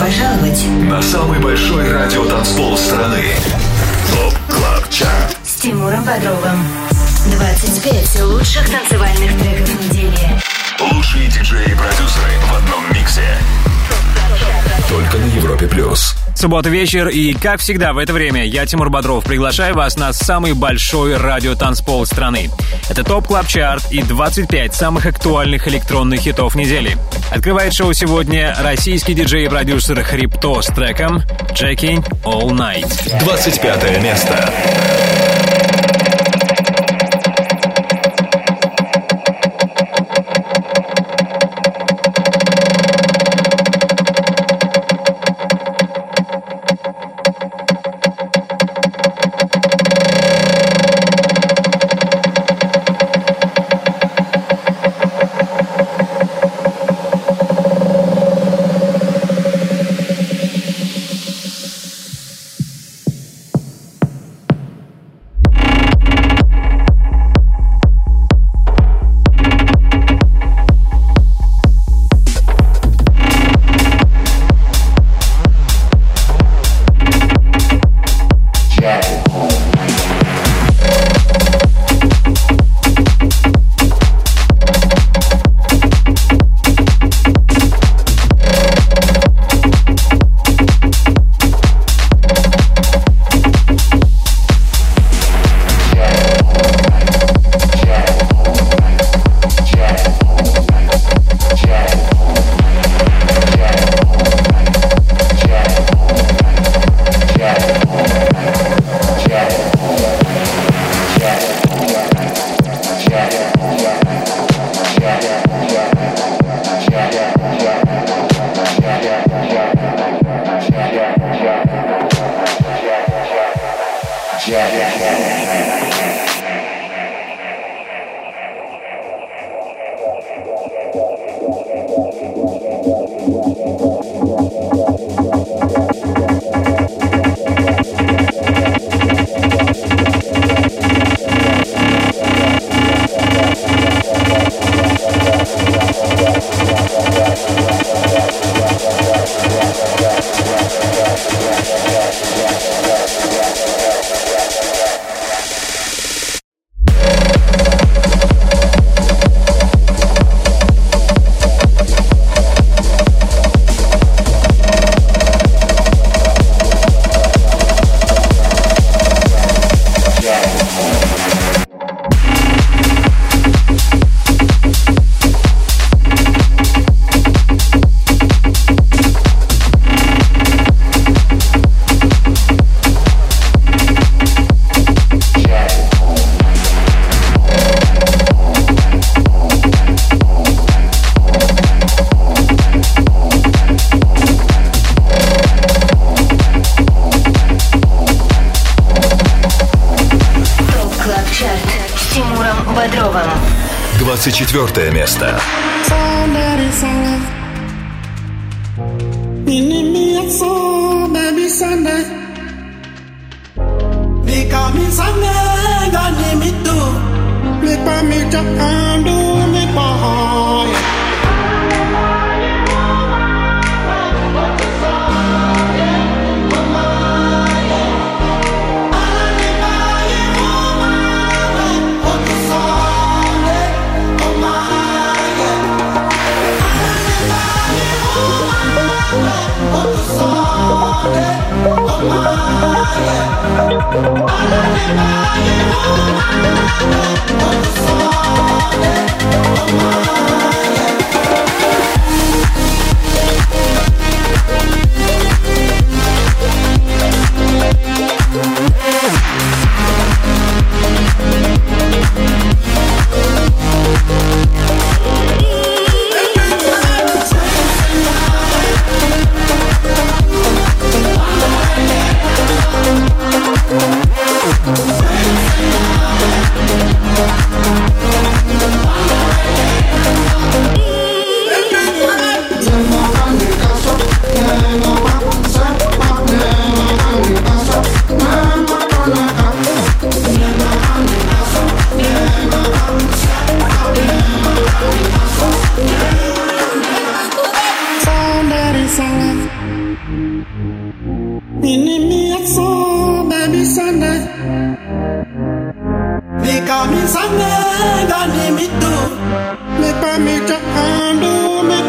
пожаловать на самый большой радиотанцпол страны. ТОП КЛАБ ЧАРТ с Тимуром Бодровым. 25 лучших танцевальных треков недели. Лучшие диджеи и продюсеры в одном миксе. Только на Европе Плюс. Суббота вечер, и, как всегда, в это время я, Тимур Бодров, приглашаю вас на самый большой радиотанцпол страны. Это ТОП КЛАБ ЧАРТ и 25 самых актуальных электронных хитов недели. Открывает шоу сегодня российский диджей и продюсер Хрипто с треком «Checking All Night». 25 место. Бодровым. 24 место. for me to handle me.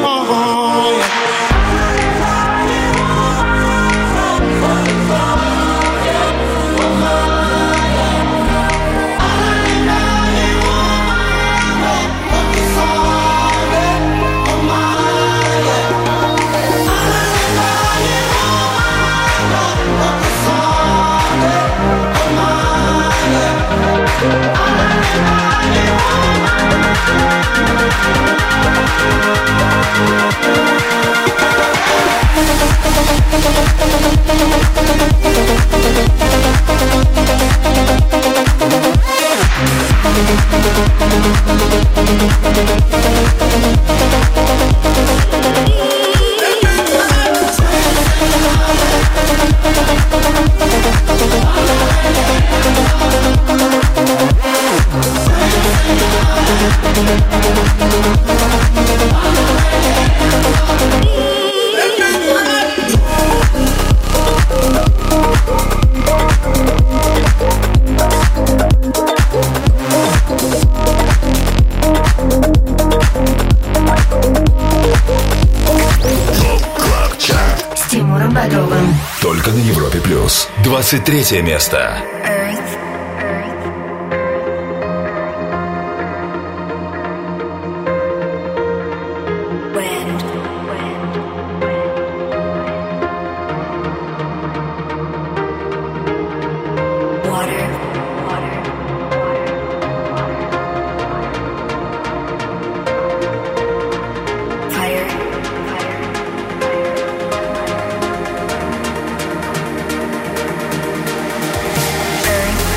Только на Европе плюс. 23 место. Earth.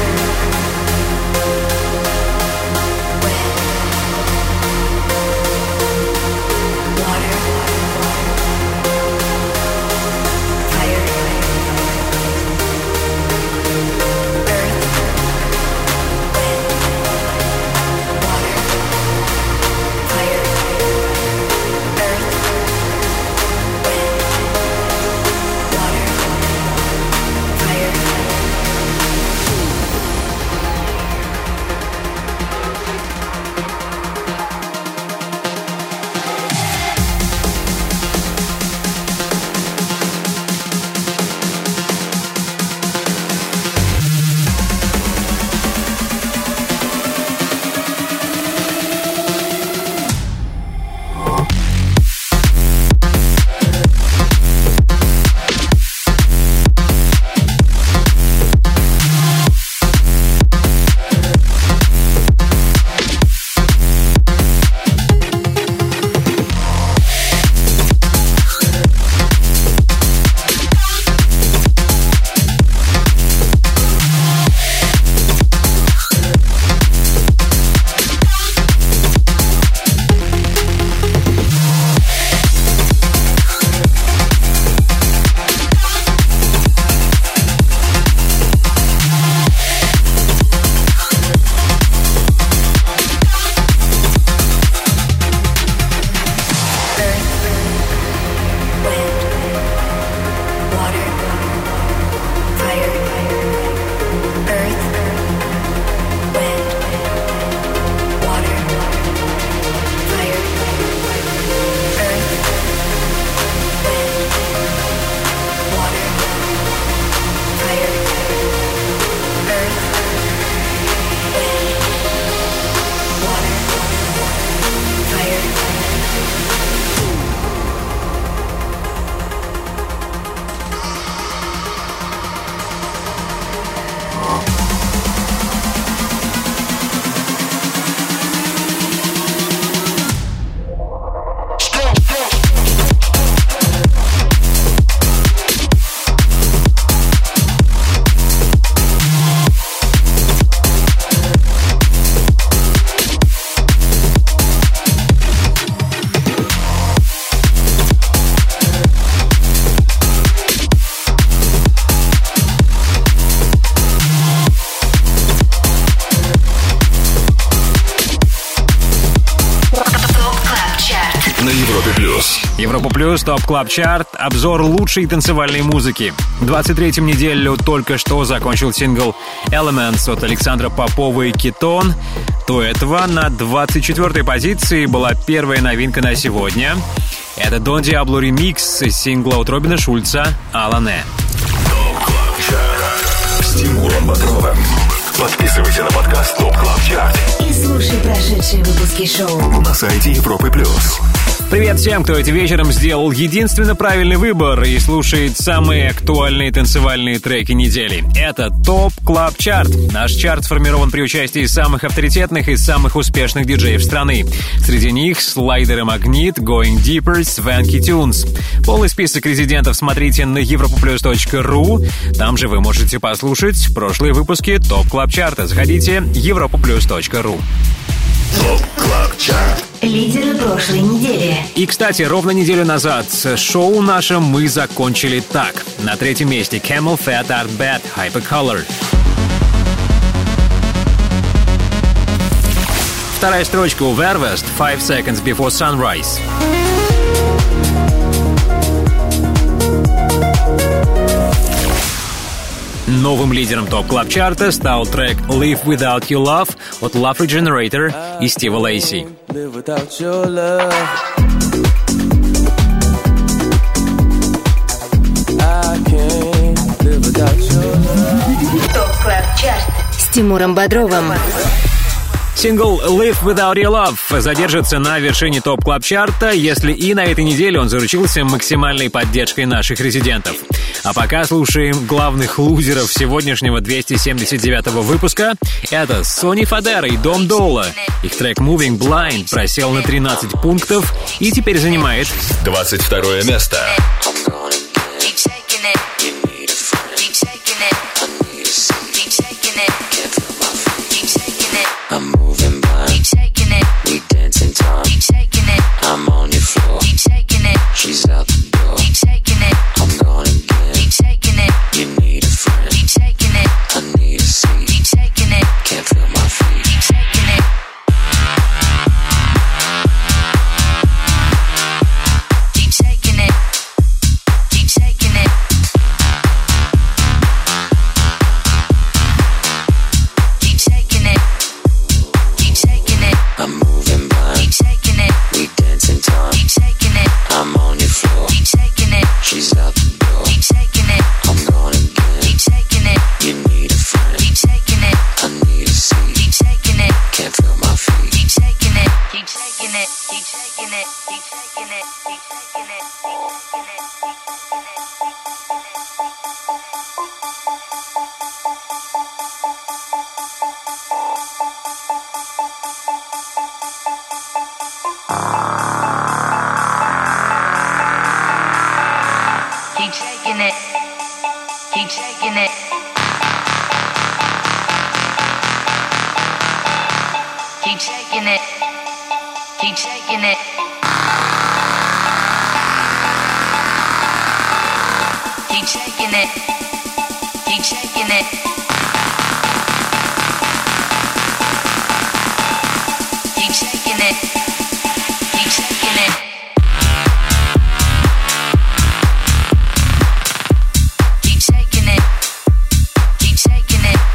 Европа Плюс, Топ Клаб Чарт, обзор лучшей танцевальной музыки. 23-м неделю только что закончил сингл Elements от Александра Попова и Кетон. До этого на 24-й позиции была первая новинка на сегодня. Это Don Diablo ремикс сингла от Робина Шульца «Алане». Топ Клаб Чарт с Тимуром Бодровым. Подписывайся на подкаст Топ Клаб Чарт и слушай прошедшие выпуски шоу на сайте Европы Плюс. Привет всем, кто этим вечером сделал единственно правильный выбор и слушает самые актуальные танцевальные треки недели. Это ТОП Клаб Чарт. Наш чарт сформирован при участии самых авторитетных и самых успешных диджеев страны. Среди них Слайдер и Магнит, Going Deeper, Swanky Tunes. Полный список резидентов смотрите на europaplus.ru. Там же вы можете послушать прошлые выпуски ТОП Клаб Чарта. Заходите europaplus.ru. ТОП Клаб Чарт. Лидеры прошлой недели. И, кстати, ровно неделю назад шоу наше мы закончили так. На 3-м месте Camel Fat Art Bad, Hypercolor. 2-я строчка у Vervest, 5 Seconds Before Sunrise. Новым лидером ТОП Клаб Чарта стал трек Live Without Your Love от Love Regenerator и Стива Лейси. ТОП Клаб Чарт с Тимуром Бодровым. Сингл Live Without Your Love задержится на вершине ТОП Клаб Чарта, если и на этой неделе он заручился максимальной поддержкой наших резидентов. А пока слушаем главных лузеров сегодняшнего 279-го выпуска. Это Сони Фадера и Дом Дола. Их трек Moving Blind просел на 13 пунктов и теперь занимает 22 место. I'm moving blind. Keep shaking it. We dancing time. Keep shaking it. I'm on your floor. Keep shaking it. She's out the door. Keep shaking it. I'm gone again. Keep shaking it. You need a friend. Keep shaking it. I need a seat. Keep shaking it. Can't feel my feet. Keep shaking it. Keep shaking it. Keep shaking it. Keep shaking it. I'm moving blind. Keep shaking it. We dancing time. Keep shaking it. I'm on your floor. Keep shaking it. She's out the door. Keep shaking it. I'm gone again. Keep shaking it. You need a friend. Keep shaking it. I need a seat. Keep shaking it. Can't feel my feet. Keep shaking it. Keep shaking it. Keep shaking it. Keep shaking it. Keep shaking it. Keep shaking it. Keep shaking it. Keep shaking it. Keep shaking it. Keep shaking it. Keep shaking it. Keep shaking it. Keep shaking it. Keep shaking it. Keep shaking it.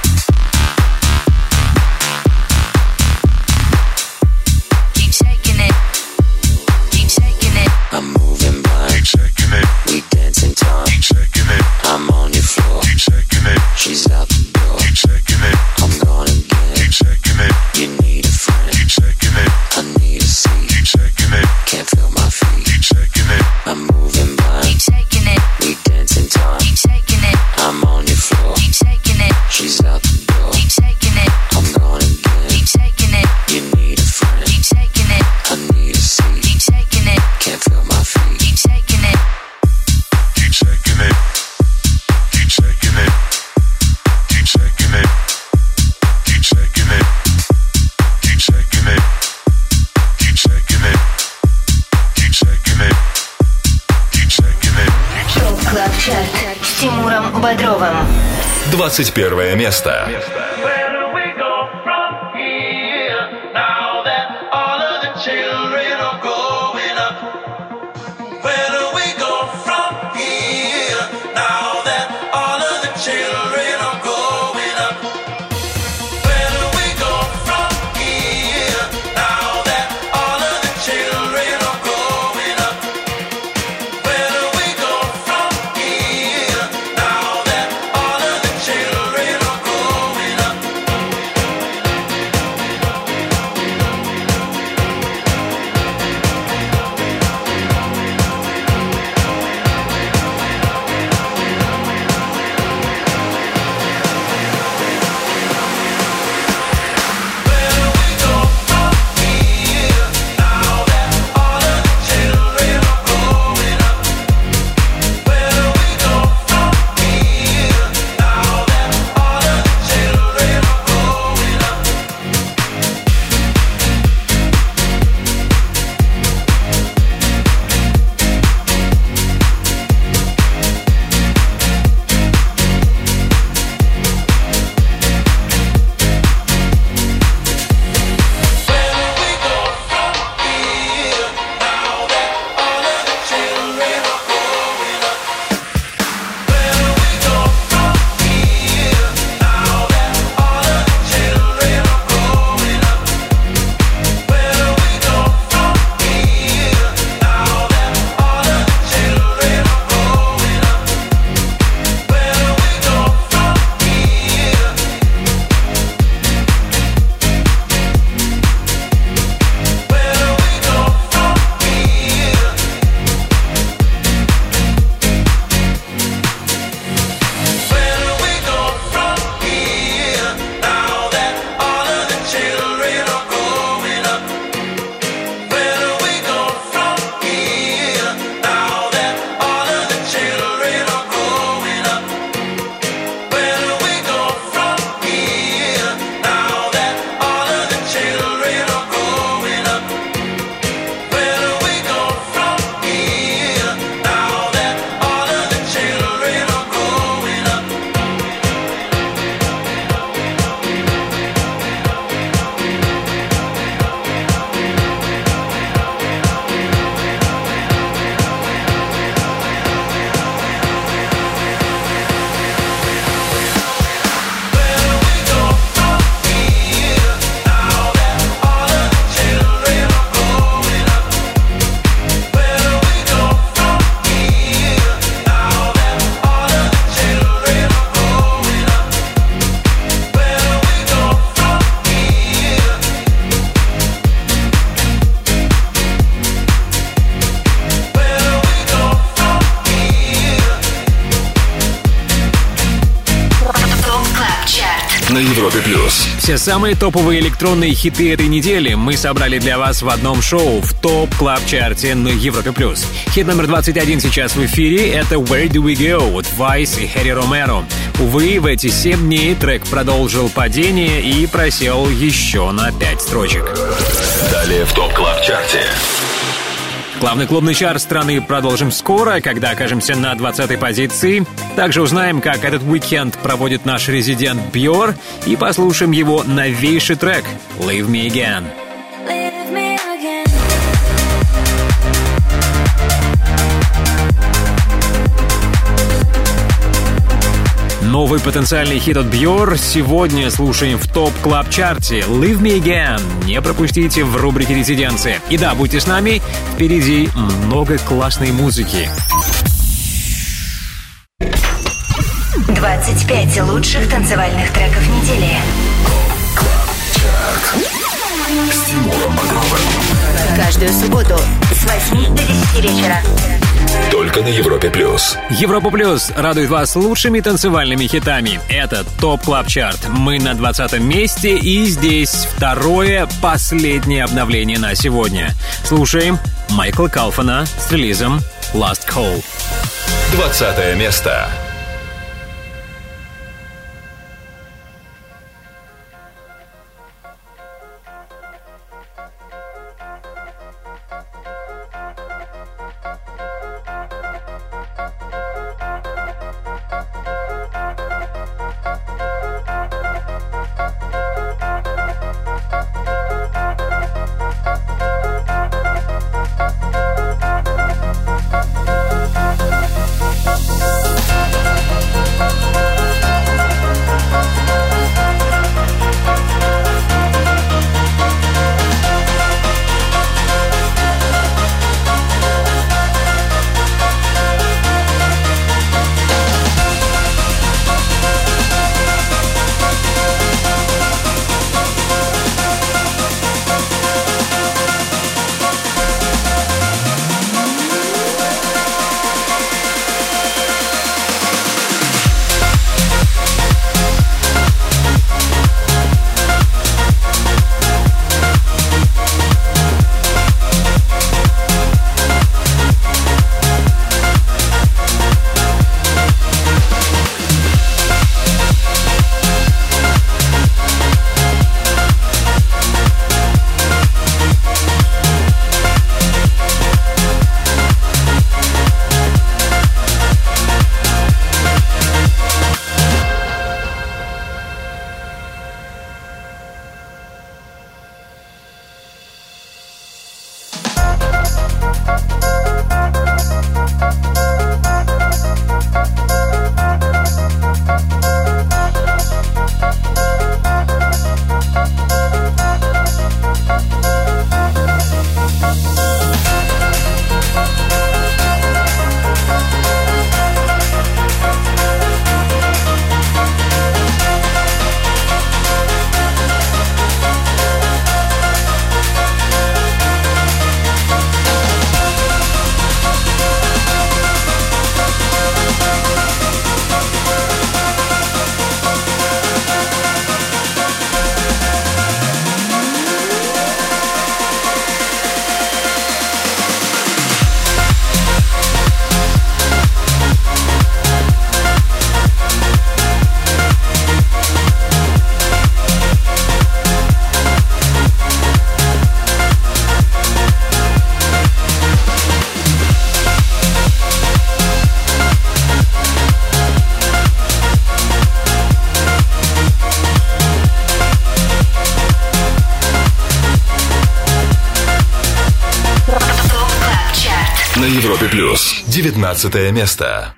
Keep shaking it. Keep shaking it. I'm moving blind. Keep shaking it. We dancing time. Keep shaking it. I'm on your floor. Keep shaking it. She's out the door. Keep shaking it. I'm gone again. Keep shaking it. You need a friend. Keep shaking it. I need a seat. Keep shaking it. Can't feel my feet. Keep shaking it. I'm moving blind. Keep shaking it. We dancing time. Keep shaking it. I'm on your floor. Keep shaking it. She's out the door. Keep shaking it. I'm gone again. Keep shaking it. You need a friend. Keep shaking it. I need a seat. Keep shaking it. Can't feel my feet. Keep shaking it. Keep shaking it. Keep shaking it. Keep shaking it. Keep shaking it. Keep shaking it. Keep shaking it. Keep shaking it. Keep shaking it. ТОП Клаб Чарт с Тимуром Бодровым. 21 место. Where do we go from here now that all of the children are growing up? Европе+. Все самые топовые электронные хиты этой недели мы собрали для вас в одном шоу в ТОП Клаб Чарте на Европе+. Хит номер 21 сейчас в эфире — это «Where Do We Go» от Vice и Хэри Ромеро. Увы, в эти 7 дней трек продолжил падение и просел еще на 5 строчек. Далее в ТОП Клаб Чарте. Главный клубный чарт страны продолжим скоро, когда окажемся на 20-й позиции. Также узнаем, как этот уикенд проводит наш резидент Бьор, и послушаем его новейший трек «Leave Me Again». Новый потенциальный хит от Бьор сегодня слушаем в ТОП Клаб Чарте. «Leave Me Again». Не пропустите в рубрике «Резиденция». И да, будьте с нами, впереди много классной музыки. 25 лучших танцевальных треков недели. С Тимуром Бодровым. Каждую субботу с 8 до 10 вечера. Только на Европе+. Европа Плюс радует вас лучшими танцевальными хитами. Это ТОП Клаб Чарт. Мы на 20-м месте, и здесь второе, последнее обновление на сегодня. Слушаем Майкла Калфана с релизом «Last Call». 20 место. На Европе+. 19 место.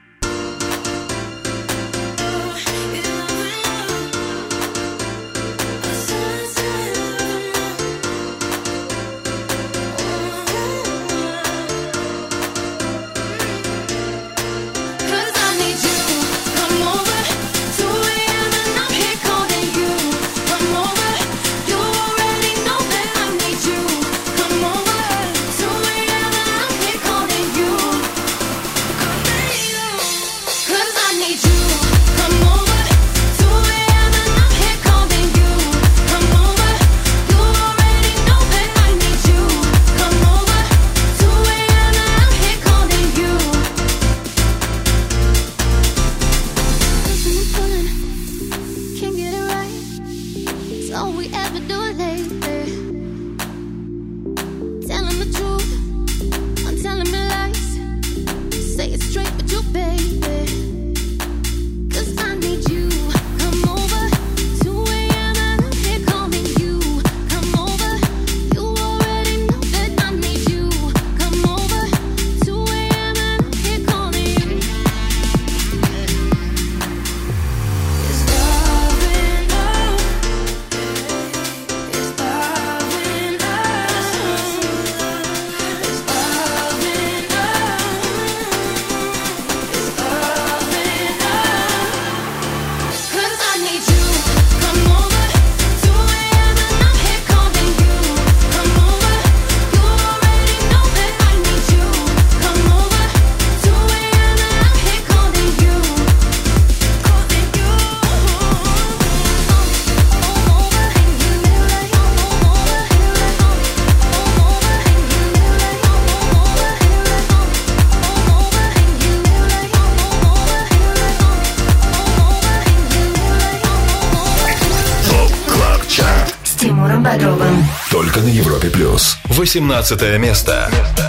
18 место.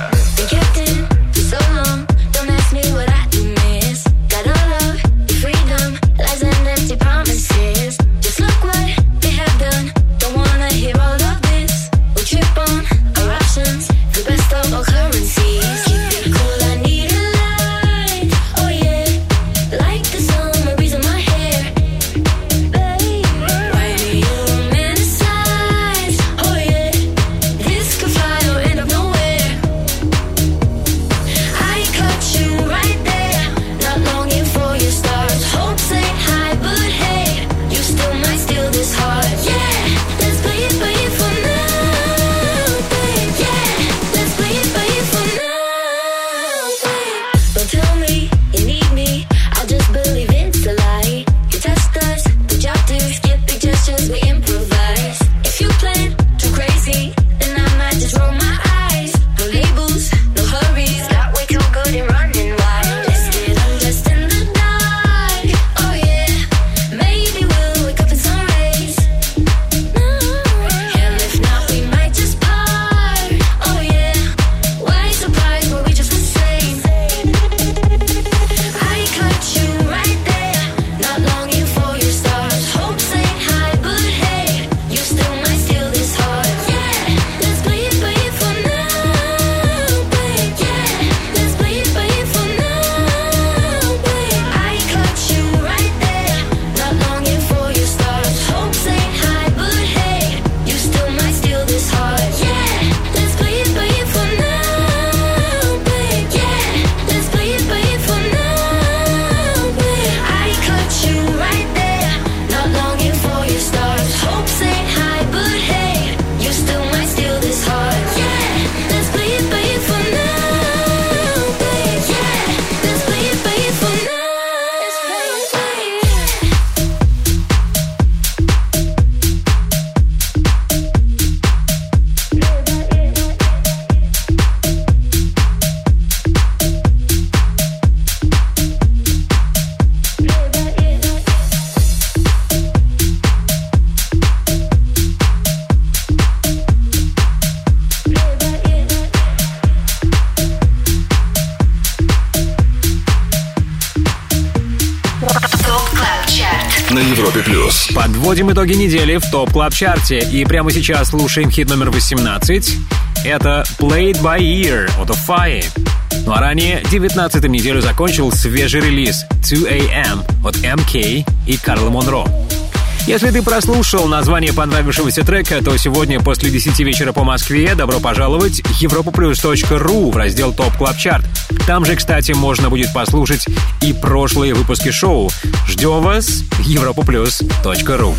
Подводим итоги недели в ТОП Клаб Чарте. И прямо сейчас слушаем хит номер 18. Это Played by Ear от Offai. Ну а ранее 19-ю неделю закончил свежий релиз 2 AM от MK и Карла Монро. Если ты прослушал название понравившегося трека, то сегодня после 10 вечера по Москве добро пожаловать в europaplus.ru в раздел ТОП Клаб Чарт. Там же, кстати, можно будет послушать и прошлые выпуски шоу. Ждем вас в europaplus.ru.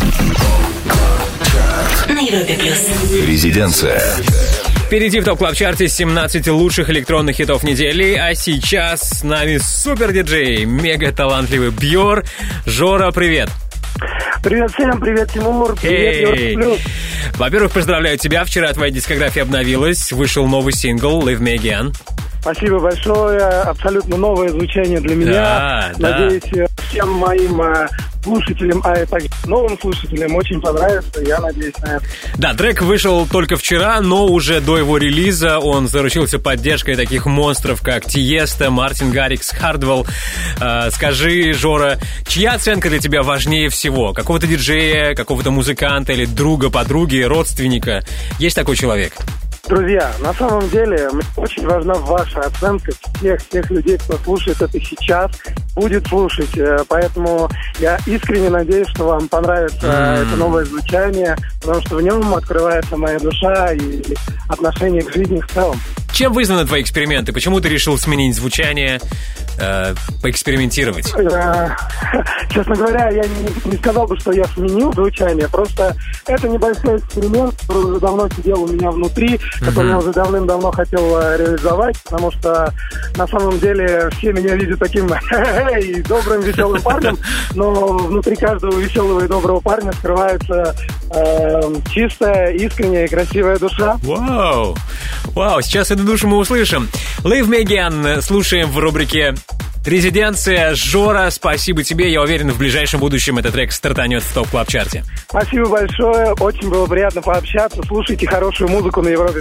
На Европе Плюс. Резиденция. Впереди в ТОП Клаб Чарте 17 лучших электронных хитов недели, а сейчас с нами супер-диджей, мега талантливый Бьор. Жора, привет! Привет всем, привет, Тимур, привет, Европа Плюс. Во-первых, поздравляю тебя, вчера твоя дискография обновилась, вышел новый сингл «Live Me Again». Спасибо большое, абсолютно новое звучание для меня. Надеюсь, всем моим слушателям, а также новым слушателям очень понравится, я надеюсь на это. Да, трек вышел только вчера, но уже до его релиза он заручился поддержкой таких монстров, как Тиеста, Мартин Гаррикс, Хардвелл. Скажи, Жора, чья оценка для тебя важнее всего? Какого-то диджея, какого-то музыканта или друга, подруги, родственника? Есть такой человек? Друзья, на самом деле мне очень важна ваша оценка всех людей, кто слушает это сейчас, будет слушать. Поэтому я искренне надеюсь, что вам понравится это новое звучание, потому что в нем открывается моя душа и отношение к жизни в целом. Чем вызваны твои эксперименты? Почему ты решил сменить звучание, поэкспериментировать? Честно говоря, я не сказал бы, что я сменил звучание. Просто это небольшой эксперимент, который уже давно сидел у меня внутри, который я уже давным-давно хотел реализовать, потому что на самом деле все меня видят таким добрым, веселым парнем, но внутри каждого веселого и доброго парня скрывается чистая, искренняя и красивая душа. Вау! Вау, сейчас эту душу мы услышим. Live Me Again слушаем в рубрике Резиденция, Жора, спасибо тебе. Я уверен, в ближайшем будущем этот трек стартанет в топ-клаб-чарте. Спасибо большое, очень было приятно пообщаться. Слушайте хорошую музыку на Европе+.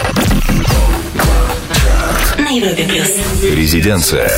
На Европе+. Резиденция.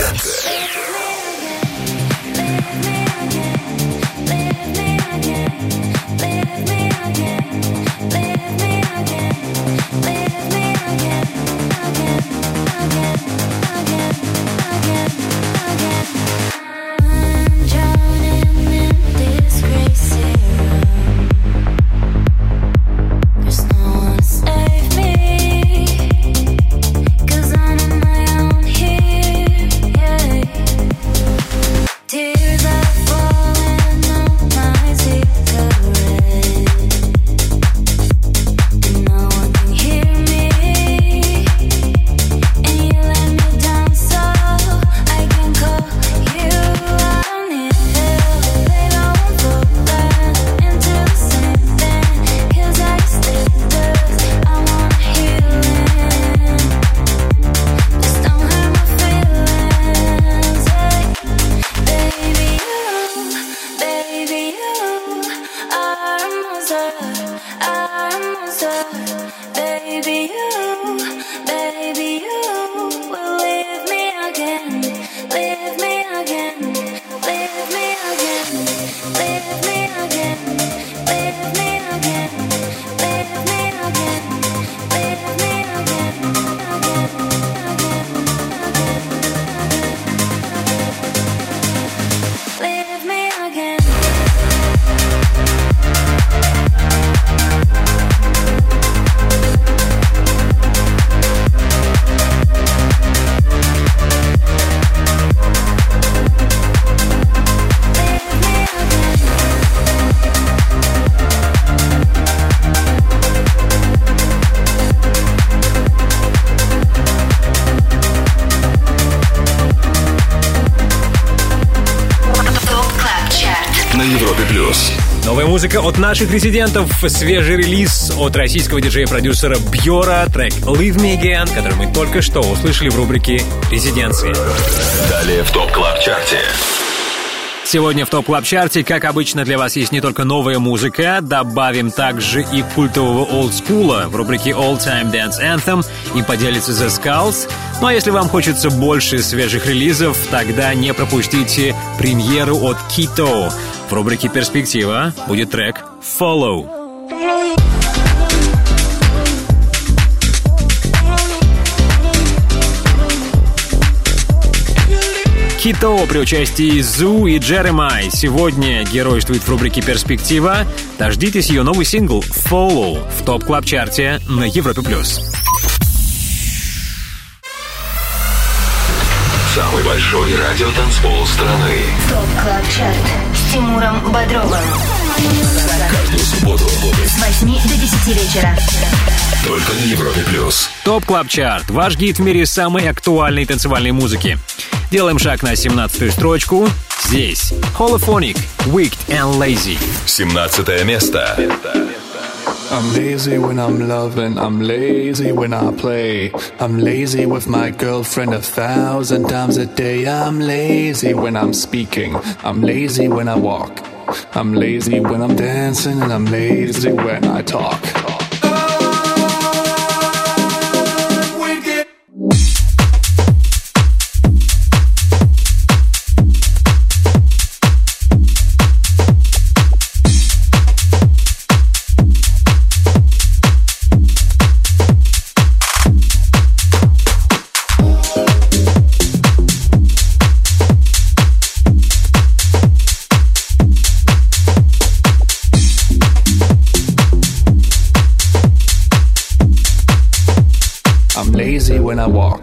Новая музыка от наших резидентов, свежий релиз от российского диджея-продюсера Бьора, трек Leave Me Again, который мы только что услышали в рубрике «Резиденции». Далее в топ-клаб-чарте. Сегодня в топ-клаб-чарте, как обычно, для вас есть не только новая музыка, добавим также и культового олдскула в рубрике All Time Dance Anthem и поделится The Skulls. Ну а если вам хочется больше свежих релизов, тогда не пропустите премьеру от Kito. В рубрике «Перспектива» будет трек «Follow». Kito при участии Зу и Джеремай сегодня геройствует в рубрике «Перспектива». Дождитесь ее новый сингл «Follow» в топ-клаб-чарте на Европе+. Самый большой радиотанцпол страны. ТОП КЛАБ ЧАРТ с Тимуром Бодровым. Каждую субботу С 8 до 10 вечера. только на Европе+. ТОП КЛАБ ЧАРТ. Ваш гид в мире самой актуальной танцевальной музыки. Делаем шаг на 17-ю строчку. Здесь Holophonic, Wicked and Lazy. 17 место. I'm lazy when I'm loving, I'm lazy when I play. I'm lazy with my girlfriend 1,000 times a day. I'm lazy when I'm speaking, I'm lazy when I walk. I'm lazy when I'm dancing and I'm lazy when I talk. When I walk.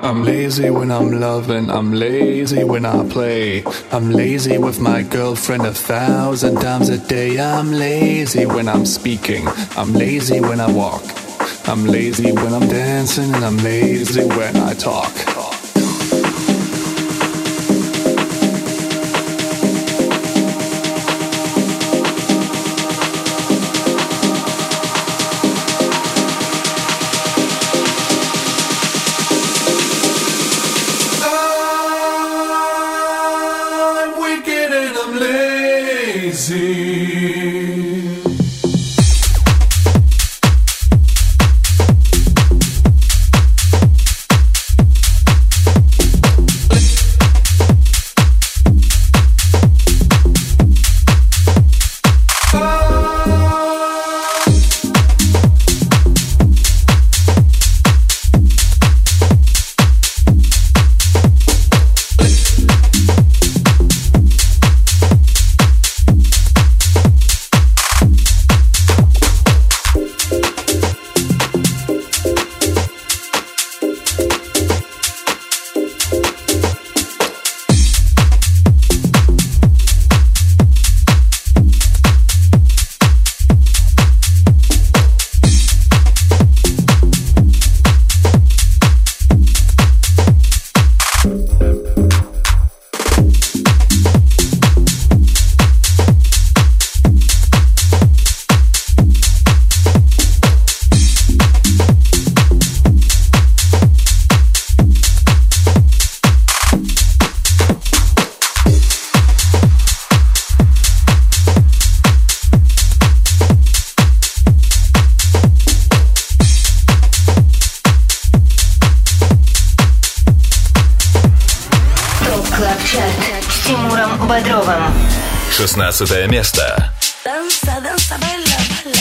I'm lazy when I'm loving, I'm lazy when I play. I'm lazy with my girlfriend 1,000 times a day. I'm lazy when I'm speaking, I'm lazy when I walk. I'm lazy when I'm dancing and I'm lazy when I talk. С Тимуром Бодровым. 16 место. Danza, danza, baila, baila.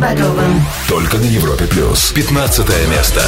Бодровым. Только на Европе плюс. 15 место.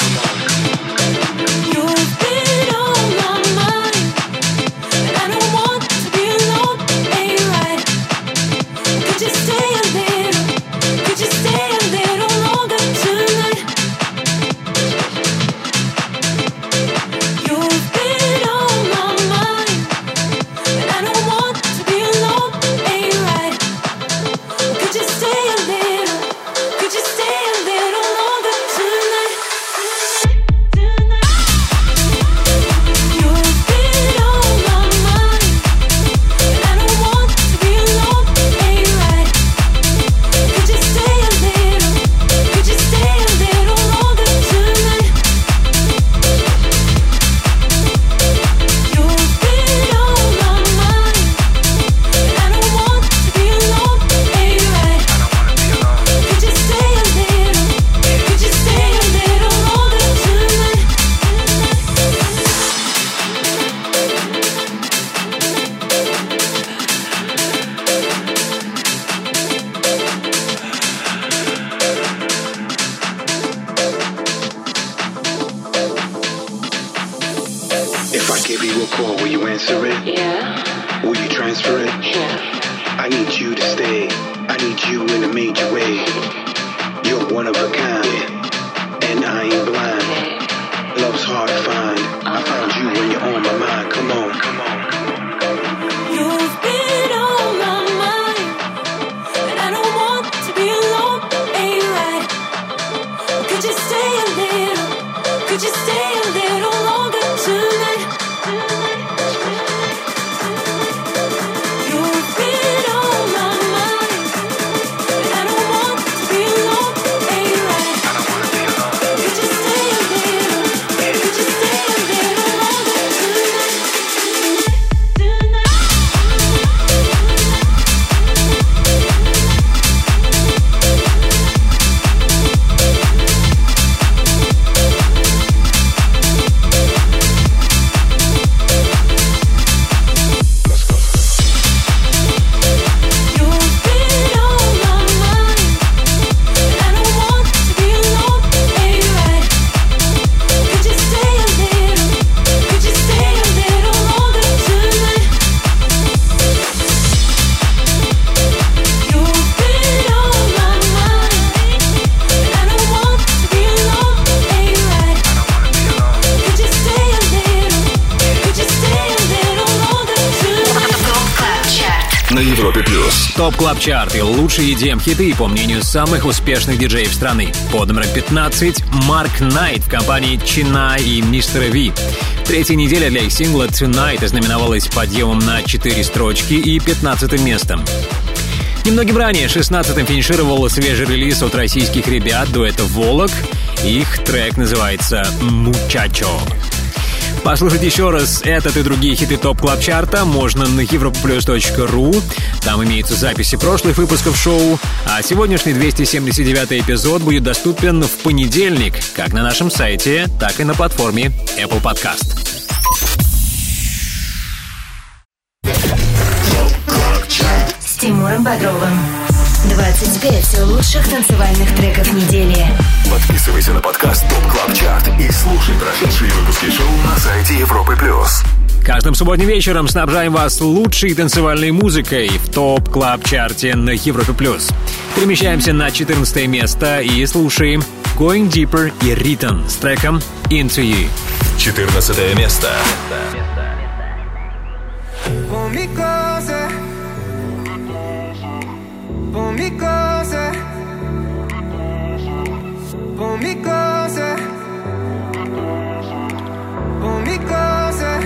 Топ Клаб Чарт и лучшие EDM-хиты, по мнению самых успешных диджеев страны. Под номером 15 Марк Найт в компании Чина и Мистера Ви. Третья неделя для их сингла Tonight ознаменовалась подъемом на 4 строчки и 15 местом. Немногим ранее 16-м финишировал свежий релиз от российских ребят дуэта «Волок». Их трек называется «Мучачо». Послушать еще раз этот и другие хиты ТОП Клаб Чарта можно на europaplus.ru. Там имеются записи прошлых выпусков шоу. А сегодняшний 279-й эпизод будет доступен в понедельник, как на нашем сайте, так и на платформе Apple Podcast. С Тимуром Бодровым. 25 лучших танцевальных треков недели. Подписывайся на подкаст ТОП Клаб Чарт и слушай прошедшие выпуски шоу на сайте Европы плюс. Каждым субботним вечером снабжаем вас лучшей танцевальной музыкой в ТОП Клаб Чарте на Европе плюс. Перемещаемся на 14 место и слушаем Going Deeper и Ритон с треком Into You. 14 место. Pull me closer, pull me closer, pull me closer.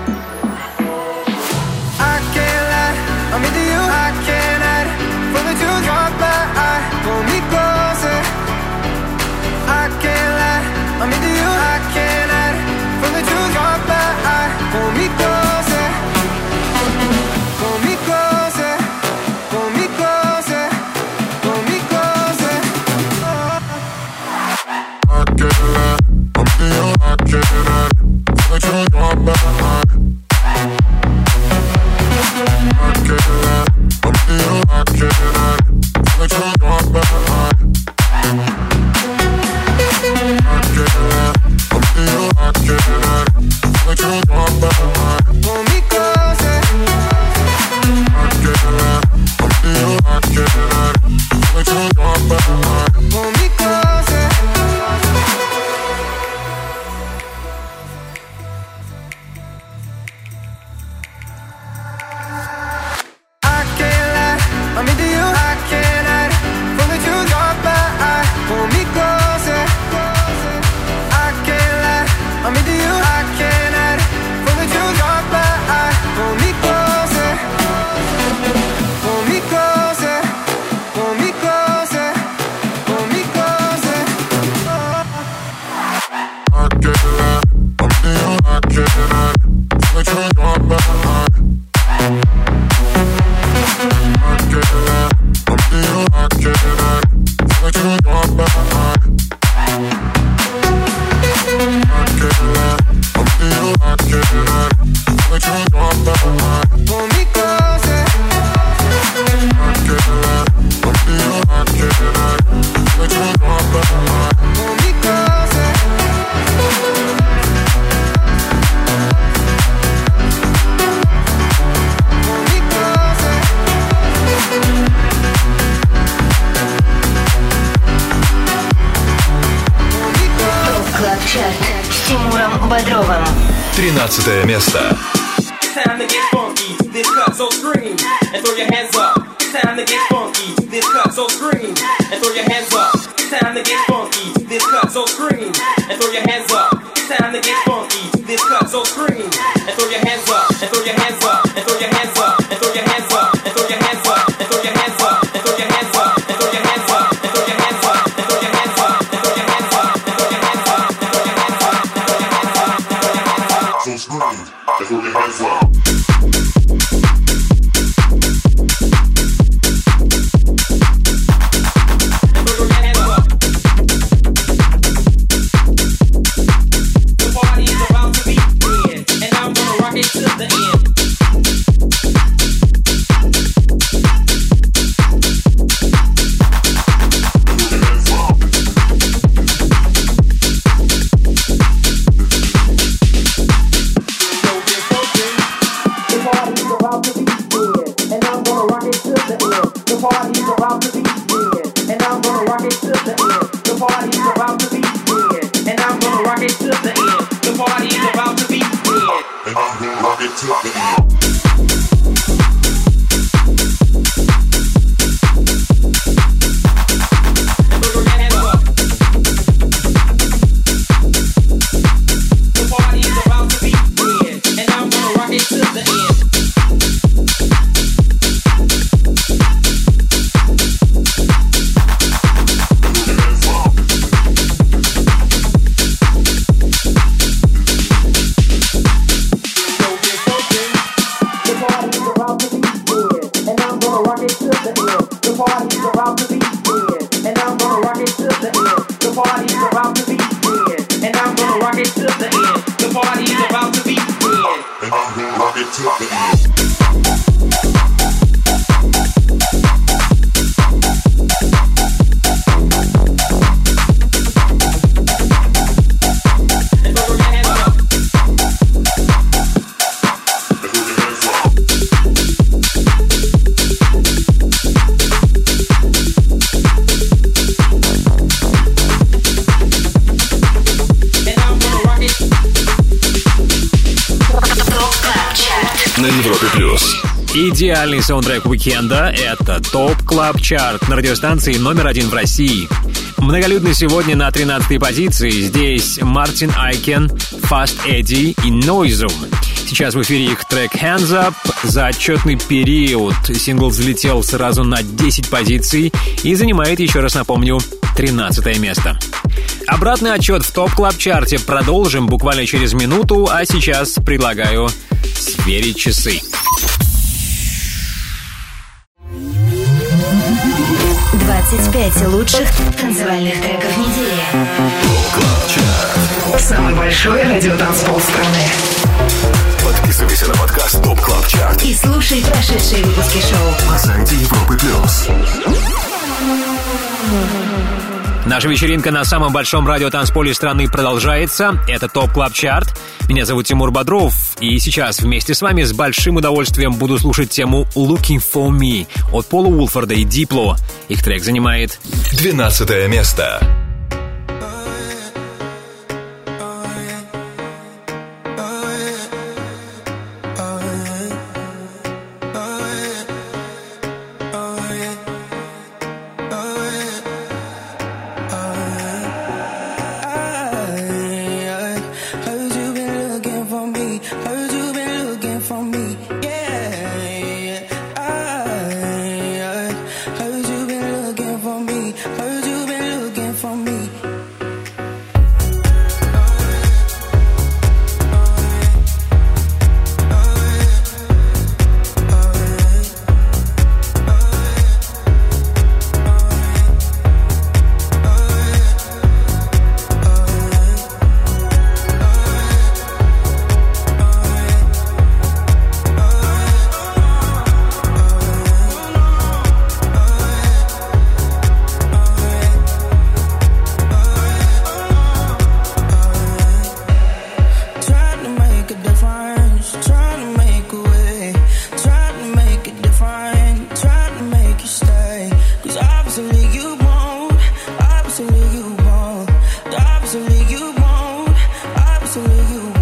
I can't lie, I'm into you. I can't hide from the truth. Caught my eye. Pull me closer. I can't lie, I'm into you. I can't hide from the truth. Caught my eye. Pull me closer, pull me closer, pull me closer. С Тимуром Бодровым. 13 место. Time to get funky, this cut so scream and throw your hands up. Time to get funky, this cut so scream and throw your hands up. Time to get funky, this cut so scream and throw your hands up. Time to get funky, this cut so scream and throw your hands up and throw your hands up and throw your hands up and throw your hands up and throw your hands up and throw your hands up and throw your hands up and throw your hands up and throw your hands up and throw your hands up and throw your hands up and throw your hands up and throw your hands up and throw your hands up and throw your hands up. So scream and throw your hands up. Идеальный саундтрек уикенда — это ТОП Клаб Чарт на радиостанции номер 1 в России. Многолюдно сегодня на 13-й позиции. Здесь Мартин Айкен, Fast Eddie и Noizum. Сейчас в эфире их трек Hands Up. За отчетный период сингл взлетел сразу на 10 позиций и занимает, еще раз напомню, 13 место. Обратный отчет в ТОП Клаб Чарте продолжим буквально через минуту, а сейчас предлагаю сверить часы. 25 лучших танцевальных треков недели. Самый большой радиотанцпол страны. Подписывайся на подкаст Топ Клаб Чарт И слушай прошедшие выпуски шоу на сайте Европы Плюс. Наша вечеринка на самом большом радиотанцполе страны продолжается. Это ТОП Клаб Чарт. Меня зовут Тимур Бодров. И сейчас вместе с вами с большим удовольствием буду слушать тему Looking For Me от Пола Уолфорда и Дипло. Их трек занимает 12 место. Heard you been looking for you won't. Obviously you won't. Obviously you won't. Obviously you won't.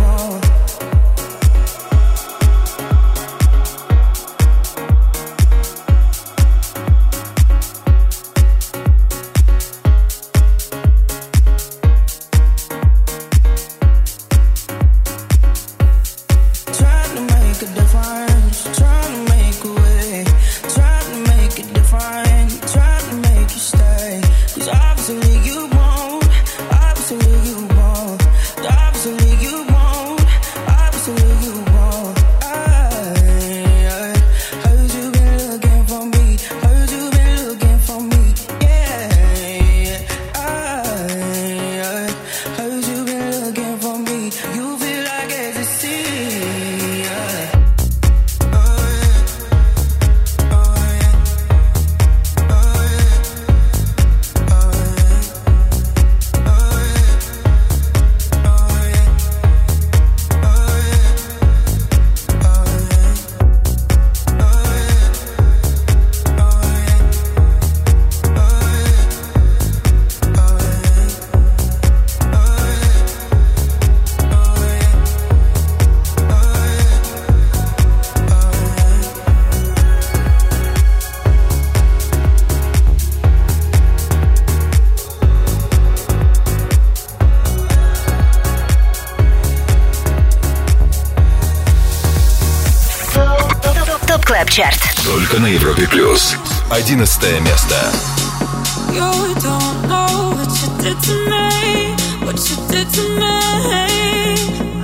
Чарт. Только на Европе плюс. 11 место. You don't know what you did to me, what you did to me.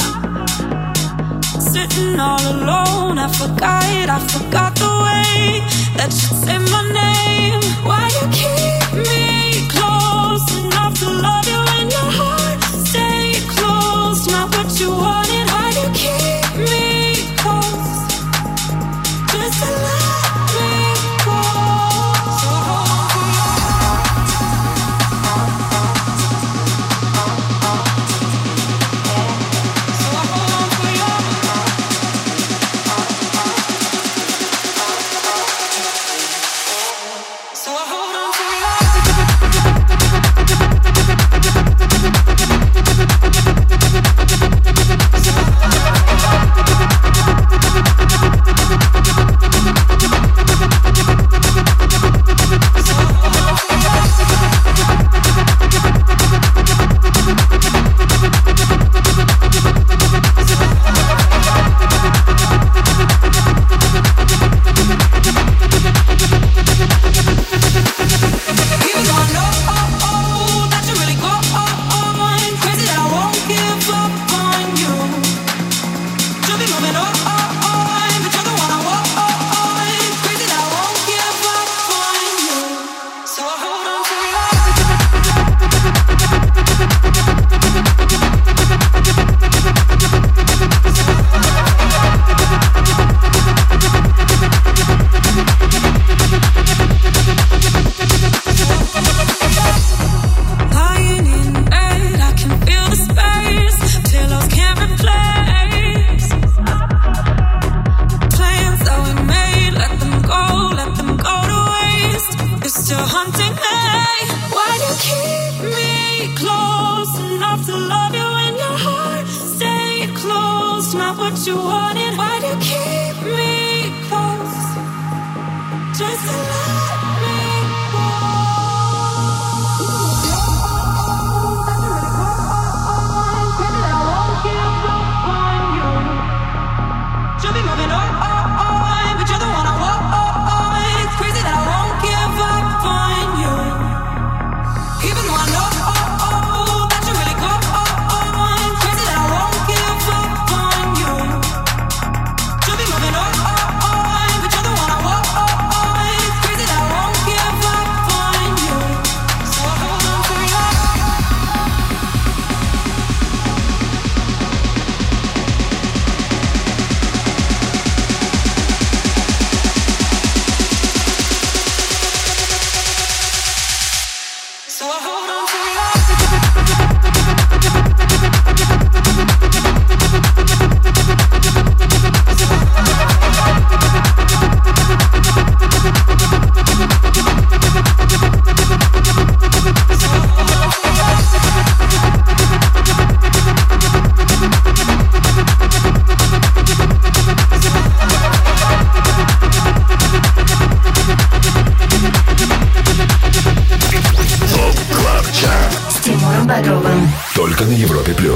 Sitting all alone, I forgot the way that you say my name. Why you keep me close enough to love you in your heart? Stay close, not what you wanted. Why you keep me close? Just to let me go. So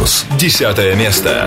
10 место.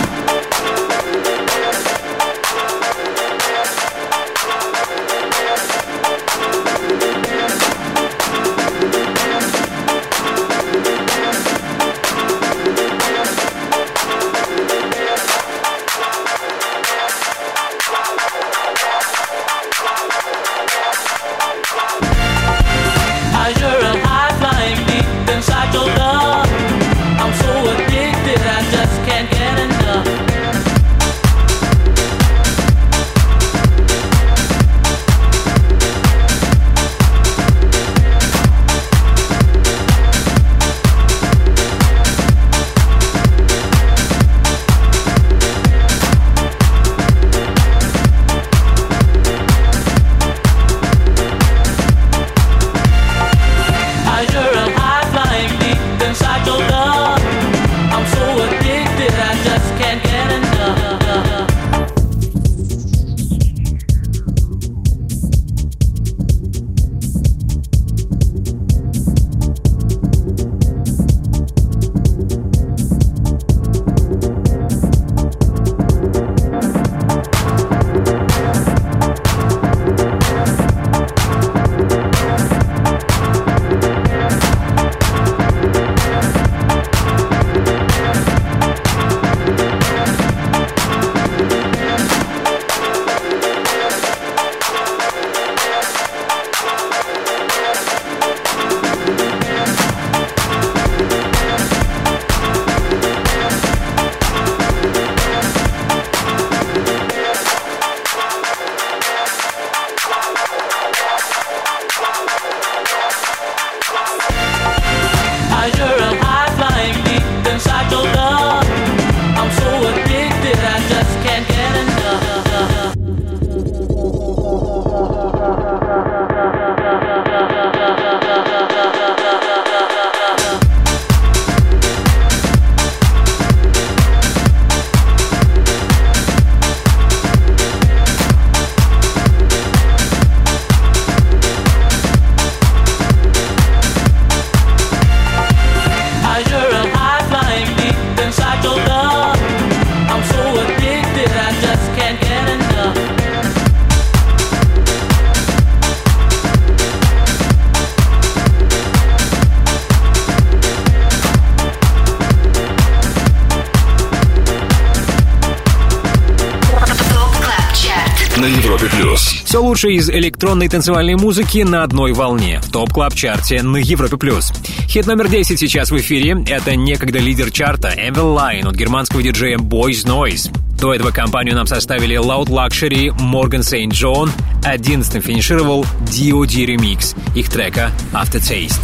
Все лучшее из электронной танцевальной музыки на одной волне в топ-клаб-чарте на Европе+. Хит номер 10 сейчас в эфире. Это некогда лидер чарта Eveline от германского диджея Boys Noise. До этого компанию нам составили Loud Luxury, Morgan St. John. 11-м финишировал D.O.D. ремикс их трека Aftertaste.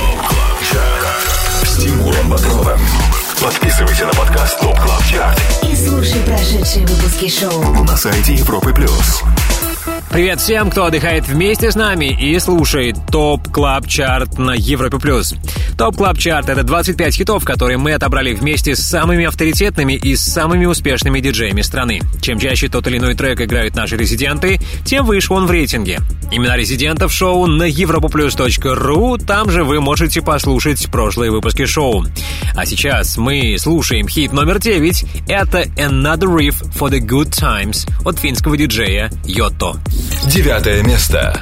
С Тимуром Бодровым. Подписывайся на подкаст Топ Клаб Чарт и слушай прошедшие выпуски шоу на сайте Европы+. Привет всем, кто отдыхает вместе с нами и слушает ТОП Клаб Чарт на Европе+. ТОП Клаб Чарт — это 25 хитов, которые мы отобрали вместе с самыми авторитетными и самыми успешными диджеями страны. Чем чаще тот или иной трек играют наши резиденты, тем выше он в рейтинге. Имена резидентов шоу на europoplus.ru, там же вы можете послушать прошлые выпуски шоу. А сейчас мы слушаем хит номер 9. Это Another Riff for the Good Times от финского диджея Йотто. 9 место.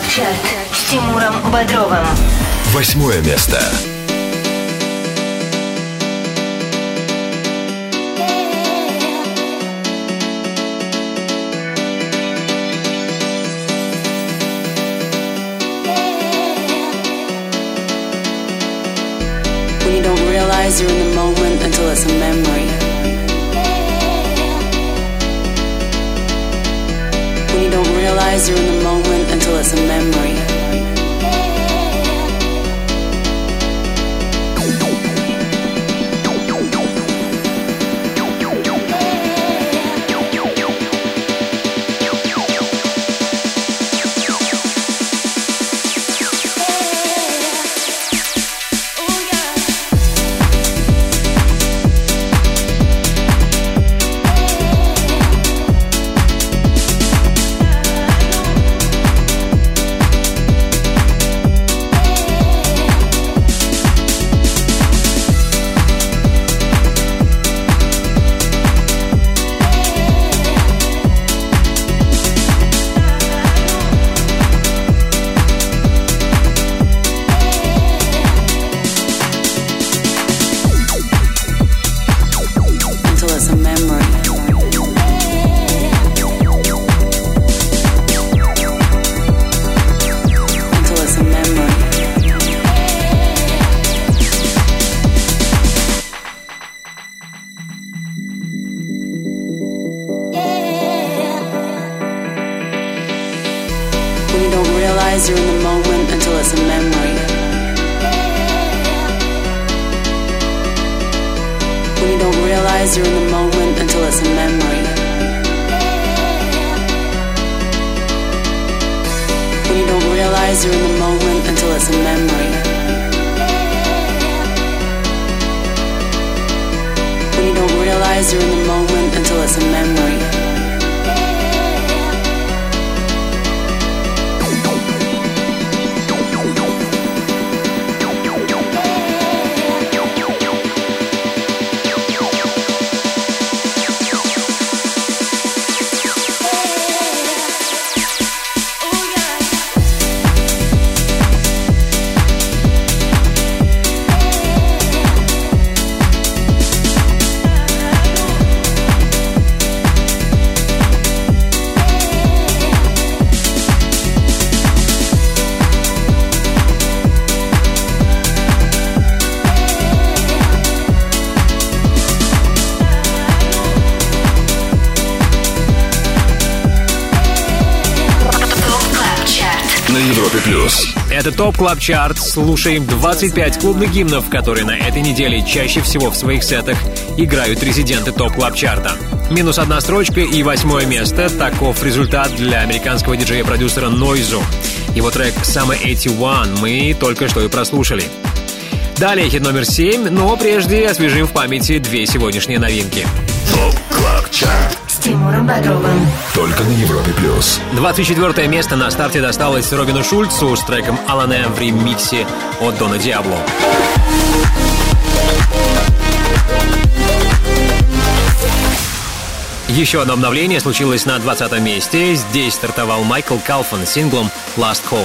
Чарт с Тимуром Бодровым. 8 место. When you don't realize you're in the moment until it's a memory. When you don't realize you're in the moment until it's a memory. You're in the moment until it's a memory. When you don't realize you're in the moment until it's a memory. When you don't realize you're in the moment until it's a memory. When you don't realize you're in the moment until it's a memory. Это ТОП Клаб Чарт. Слушаем 25 клубных гимнов, которые на этой неделе чаще всего в своих сетах играют резиденты ТОП Клаб Чарта. Минус 1 строчка и 8 место. Таков результат для американского диджея-продюсера Нойзу. Его трек «Summer 81» мы только что и прослушали. Далее хит номер 7, но прежде освежим в памяти две сегодняшние новинки. ТОП Клаб Чарт с Тимуром Бодровым. Только на Европе+. 24 место на старте досталось Робину Шульцу с треком «Alan M» в ремиксе от Дона Диабло. Еще одно обновление случилось на 20 месте. Здесь стартовал Майкл Калфан с синглом «Last Call».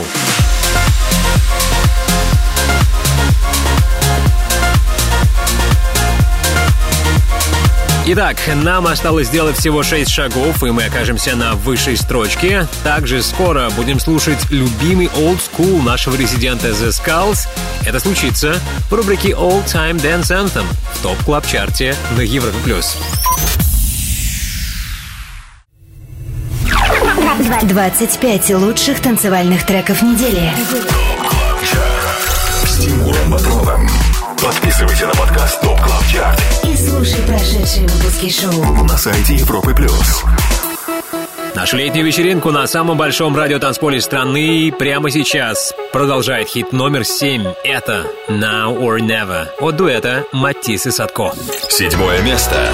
Итак, нам осталось сделать всего 6 шагов, и мы окажемся на высшей строчке. Также скоро будем слушать любимый old school нашего резидента The Skulls. Это случится в рубрике All Time Dance Anthem в топ-клаб-чарте на Европе+. 25 лучших танцевальных треков недели. С Тимуром Бодровым. Подписывайся на подкаст ТОП Клаб Чарт и слушай прошедшие выпуски шоу на сайте Европы+. Нашу летнюю вечеринку на самом большом радиотанцполе страны прямо сейчас продолжает хит номер 7. Это «Now or Never» от дуэта Матис и Садко. 7 место.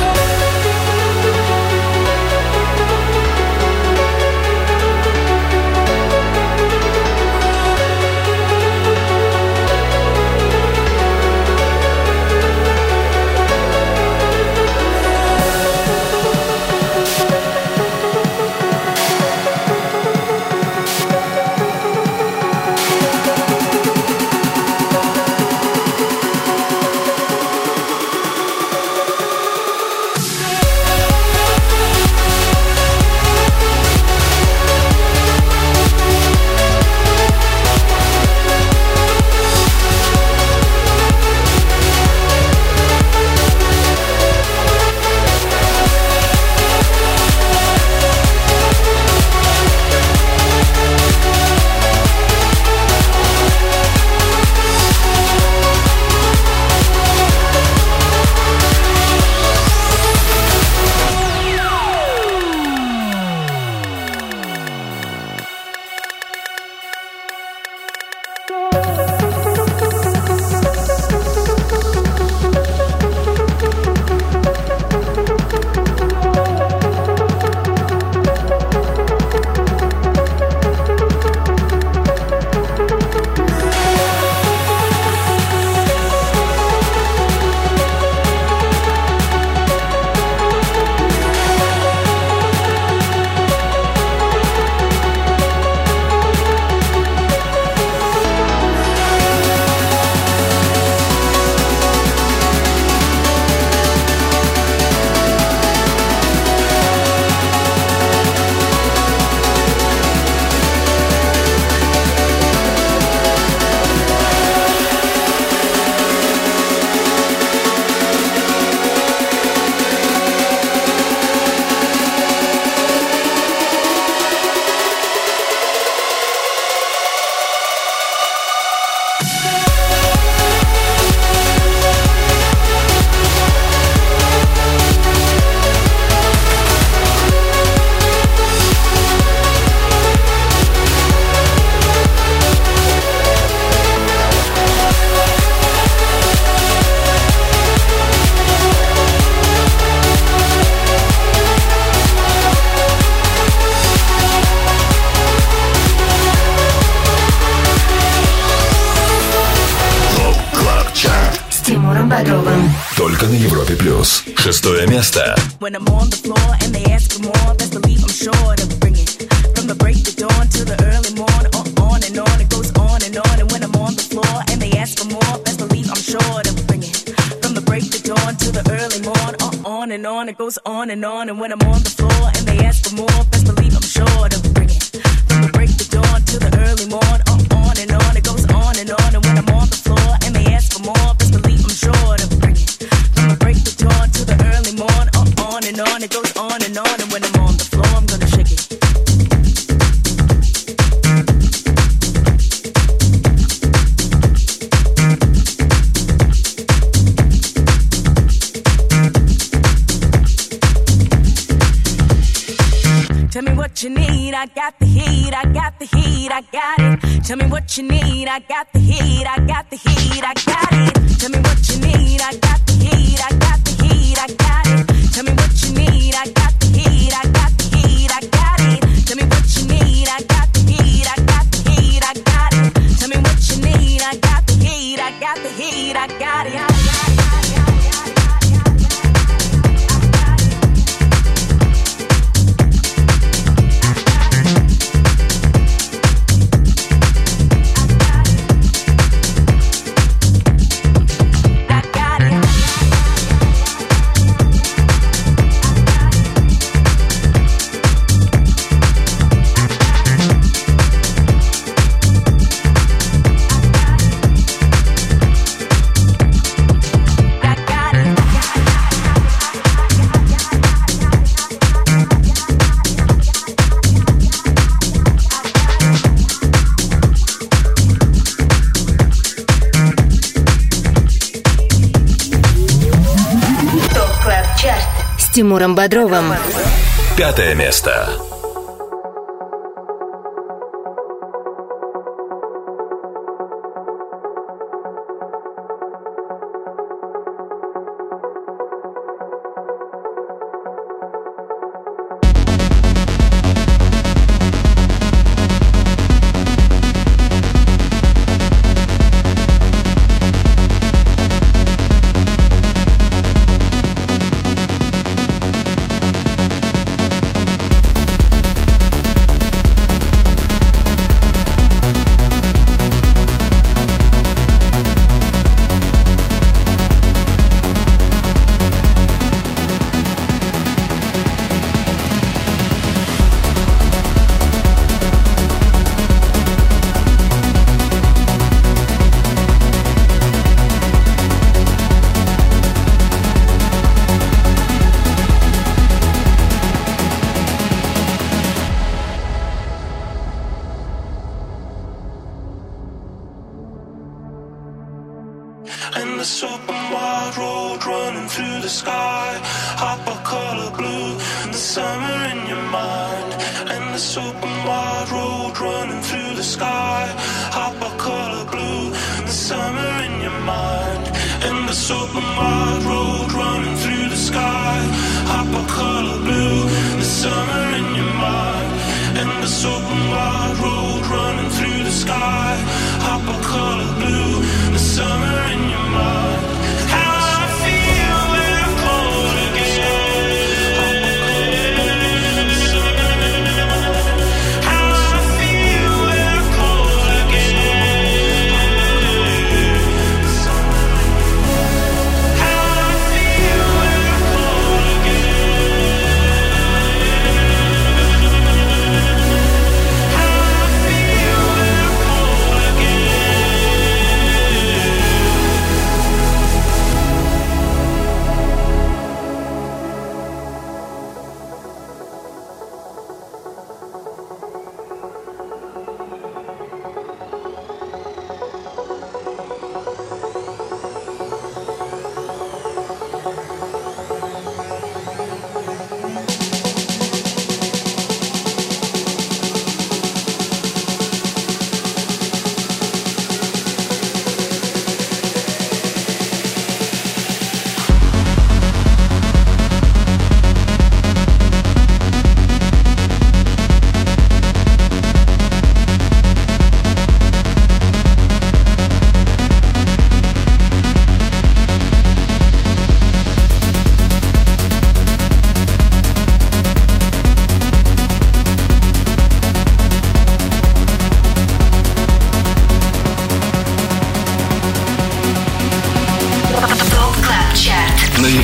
на Европе+. 6 место. When I'm on the floor and they ask for more, best believe I'm sure to bring it. From the break of dawn to the early morn, on and on, it goes on and on. And when I'm on the floor and they ask for more, best believe I'm sure to bring it. From the break of dawn to the early morn, on and on, it goes on and on. And when I'm on the floor and they ask for more, best believe I'm sure to bring it. From the break of dawn to the early morn, on and on, it goes on and on. And when I'm on the floor and they ask for more, best believe I'm sure to bring it. From the break of dawn to the early morn, on and on, it goes on and on. And when I'm on the floor, I'm gonna shake it. Tell me what you need, I got the heat, I got the heat, I got it. Tell me what you need, I got the heat, I got the heat, I got it. Tell me what you need, I got the heat, I got the heat, I got it. Tell me what you need, I got the heat, I got the heat, I got it. Tell me what you need, I got the heat, I got the heat, I got it. Tell me what you need, I got the heat, I got the heat, I got it. С Тимуром Бодровым. 5 место. And this open wide road running through the sky, hopper color blue, and the summer in your mind. And this open wide road running through the sky, hopper color blue, and the summer in your mind. And this open wide road running through the sky, hopper color blue, the summer in your mind. And this open wide road running through the sky, hopper color blue, the summer in your mind. How I feel when I'm cold again. How I feel when I'm cold again. How I feel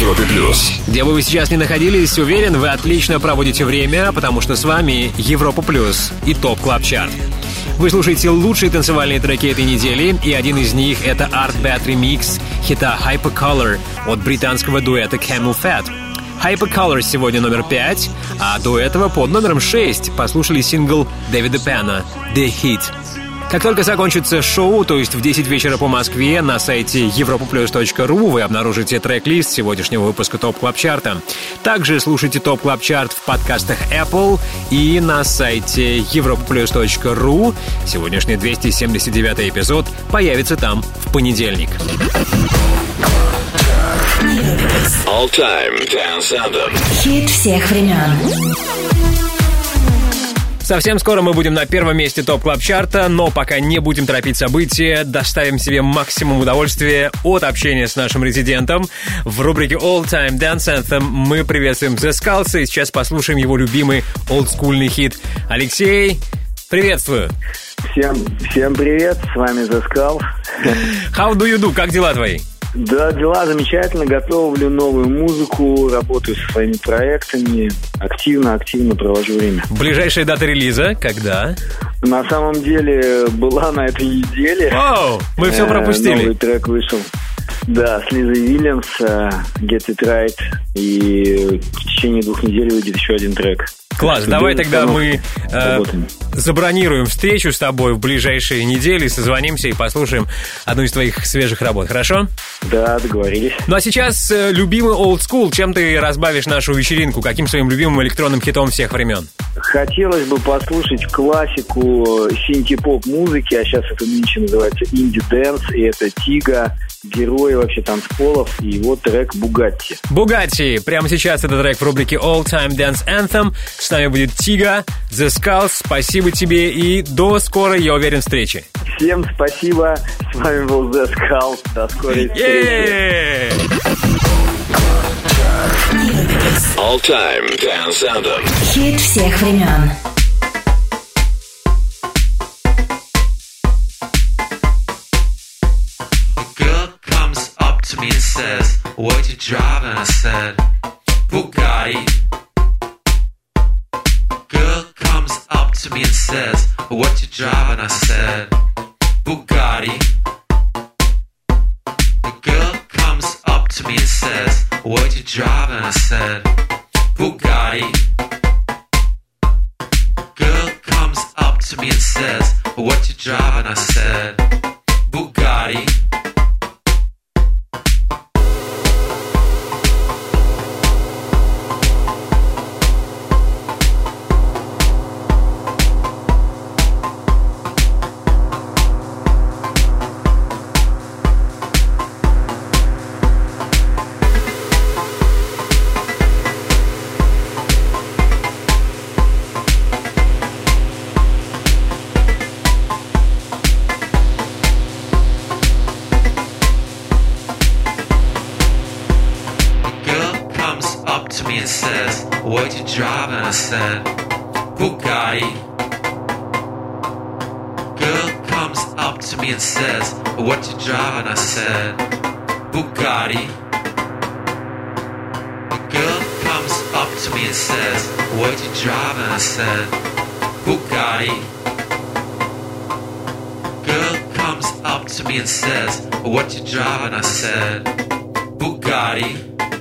Европе+. Где бы вы сейчас ни находились, уверен, вы отлично проводите время, потому что с вами Европа Плюс и ТОП Клаб Чарт. Вы слушаете лучшие танцевальные треки этой недели, и один из них — это Art Bad Remix хита Hypercolor от британского дуэта Camel Fat. Hypercolor сегодня номер 5, а до этого под номером 6 послушали сингл Дэвида Пена «The Hit». Как только закончится шоу, то есть в 10 вечера по Москве, на сайте europaplus.ru вы обнаружите трек-лист сегодняшнего выпуска ТОП Клаб Чарта. Также слушайте ТОП Клаб Чарт в подкастах Apple и на сайте europaplus.ru. Сегодняшний 279-й эпизод появится там в понедельник. All Time Dance Anthem. Хит всех времен. Совсем скоро мы будем на первом месте ТОП Клаб Чарта, но пока не будем торопить события, доставим себе максимум удовольствия от общения с нашим резидентом. В рубрике All Time Dance Anthem мы приветствуем The Skulls, и сейчас послушаем его любимый олдскульный хит. Алексей, приветствую! Всем привет, с вами The Skulls. How do you do? Как дела твои? Да, дела замечательно, готовлю новую музыку, работаю со своими проектами, активно провожу время. Ближайшая дата релиза когда? На самом деле была на этой неделе. Оу, мы все пропустили. Новый трек вышел. Да, с Лизой Уильямс, Get It Right, и в течение 2 недель выйдет еще один трек. Класс, давай тогда мы забронируем встречу с тобой в ближайшие недели, созвонимся и послушаем одну из твоих свежих работ, хорошо? Да, договорились. Ну а сейчас любимый old school, чем ты разбавишь нашу вечеринку, каким своим любимым электронным хитом всех времен? Хотелось бы послушать классику синти-поп музыки, а сейчас это нынче называется инди-дэнс, и это Тига, герой вообще танцполов, и его трек «Бугатти». «Бугатти». Прямо сейчас этот трек в рубрике All Time Dance Anthem. С нами будет Тига, The Skulls. Спасибо тебе и до скорой, я уверен, встречи. Всем спасибо. С вами был The Skulls. До скорой встречи. All Time Dance Anthem. Хит всех времен. To me and says, what you driving? I said, Bugatti. Girl comes up to me and says, what you driving? I said, Bugatti. The girl comes up to me and says, what you driving? I said, Bugatti. Girl comes up to me and says, what you driving? I said, Bugatti. What you driving? I said, Bugatti. Girl comes up to me and says, what you driving? I said, Bugatti. The girl comes up to me and says, what you driving? I said, Bugatti. Girl comes up to me and says, what you driving? I said, Bugatti.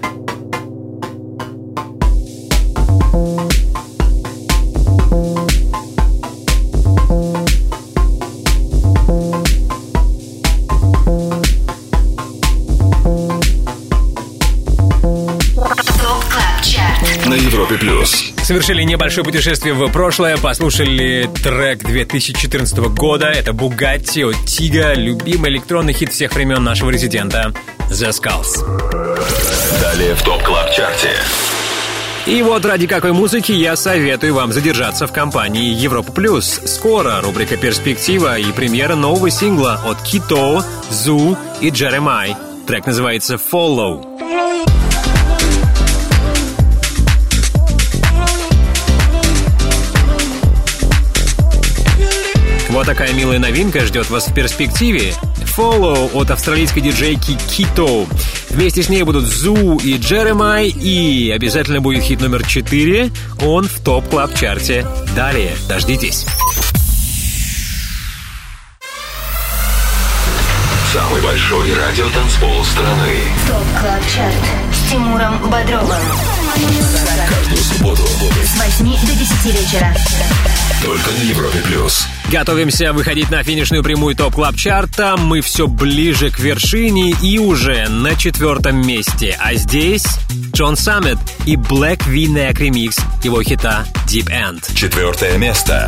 Совершили небольшое путешествие в прошлое, послушали трек 2014 года. Это «Бугатти» от Тига, любимый электронный хит всех времен нашего резидента The Skulls. Далее в ТОП Клаб Чарте. И вот ради какой музыки я советую вам задержаться в компании Европа Плюс. Скоро рубрика «Перспектива» и премьера нового сингла от Кито, Зу и Джеремай. Трек называется «Follow». Вот такая милая новинка ждет вас в перспективе. Follow от австралийской диджейки Kito. Вместе с ней будут Зу и Джеремай, и обязательно будет хит номер 4. Он в ТОП Клаб Чарте. Далее дождитесь. Самый большой радиотанцпол страны. ТОП Клаб Чарт с Тимуром Бодровым. Каждую субботу с 8 до 10 вечера. Только на Европе+. Готовимся выходить на финишную прямую ТОП Клаб Чарта. Мы все ближе к вершине и уже на 4-м месте. А здесь Джон Саммет и Black V-Neck ремикс его хита Deep End. 4-е место.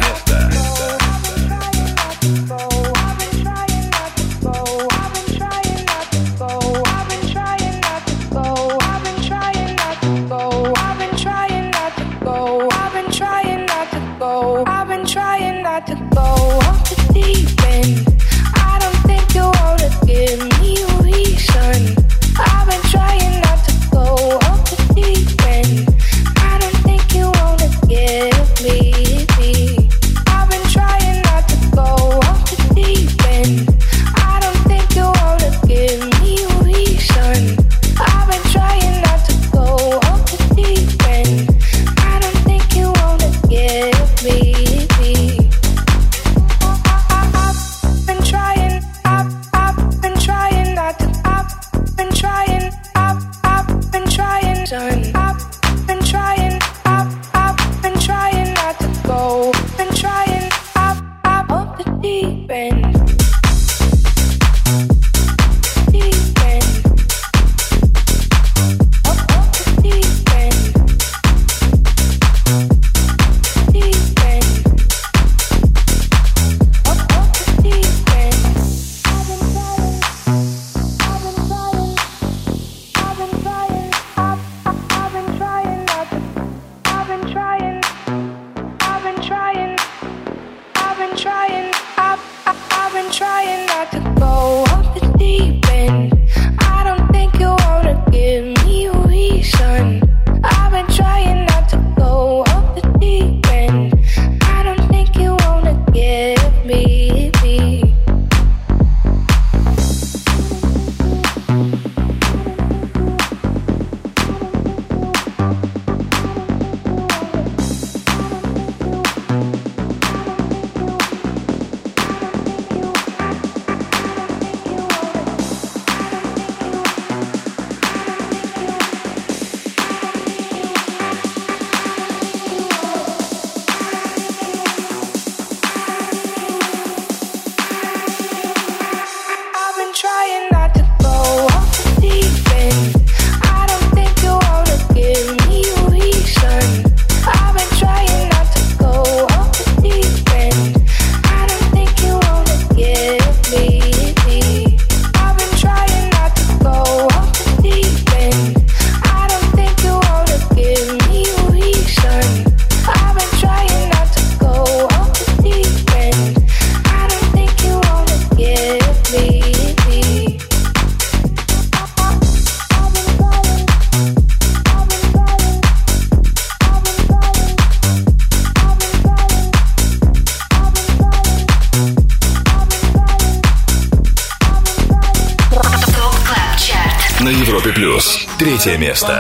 Третье место.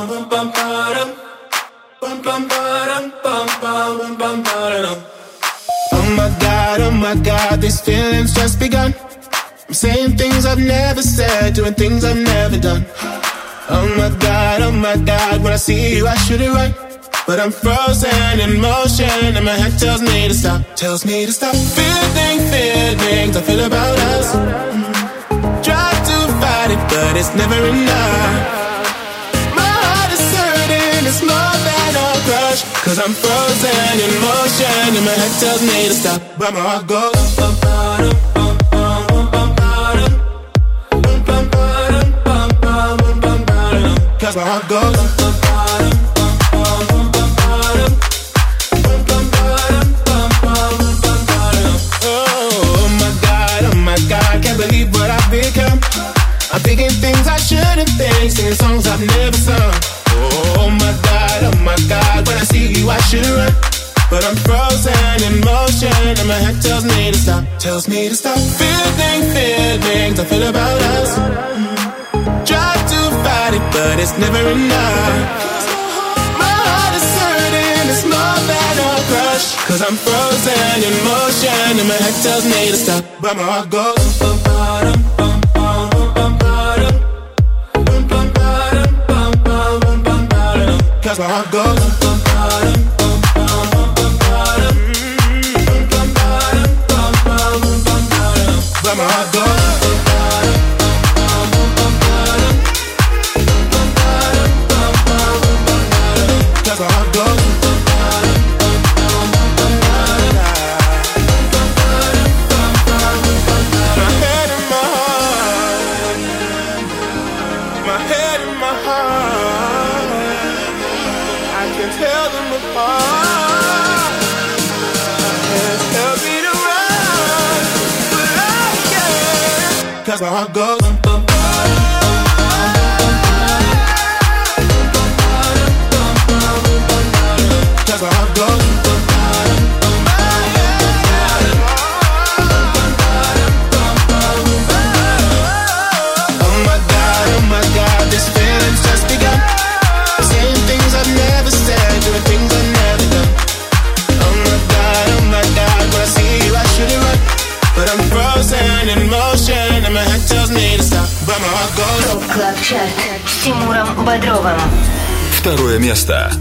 Oh my God, these feelings just begun. I'm saying things I've never said, doing things I've never done. Oh my God, when I see you I should it right. But I'm frozen in motion and my head tells me to stop. Feeling feelings I feel about us. Try to fight it, but it's never enough. My heart is hurting, it's more than a crush. Cause I'm frozen in motion and my head tells me to stop. But my heart goes cause my heart goes oh my God, can't believe what I've become. I'm thinking things I shouldn't think, singing songs I've never sung. Oh my God, when I see you I should run. but I'm frozen in motion, and my head tells me to stop. Tells me to stop. Feelings I feel about us. Try to fight it, but it's never enough. My heart is hurting, it's more than a crush. 'Cause I'm frozen in motion, and my head tells me to stop, but my heart goes bum bottom. Cause my heart goes bum bottom, bum bum bum bottom, bum bottom, bum bum bum bottom. But my heart goes bum bottom, bum bum bottom, bum bottom, bum bum bum bottom. Cause my heart goes bum bottom, bum bum bum bottom, bum bottom, bum bum bum bottom. My head and my heart, my head and my heart. I can tell them apart. Can't help me to run, but I can't. 'Cause my heart goes bum bum bum bum bum. 'Cause my heart goes bum bum bum. Oh my God, this feeling's just begun. Saying things I've never said, doing things I've never done. Oh my God, when I see you I should have run. But I'm frozen in motion, and my head tells me to stop, but my heart goes. ТОП Клаб Чарт с Тимуром Бодровым. Второе место.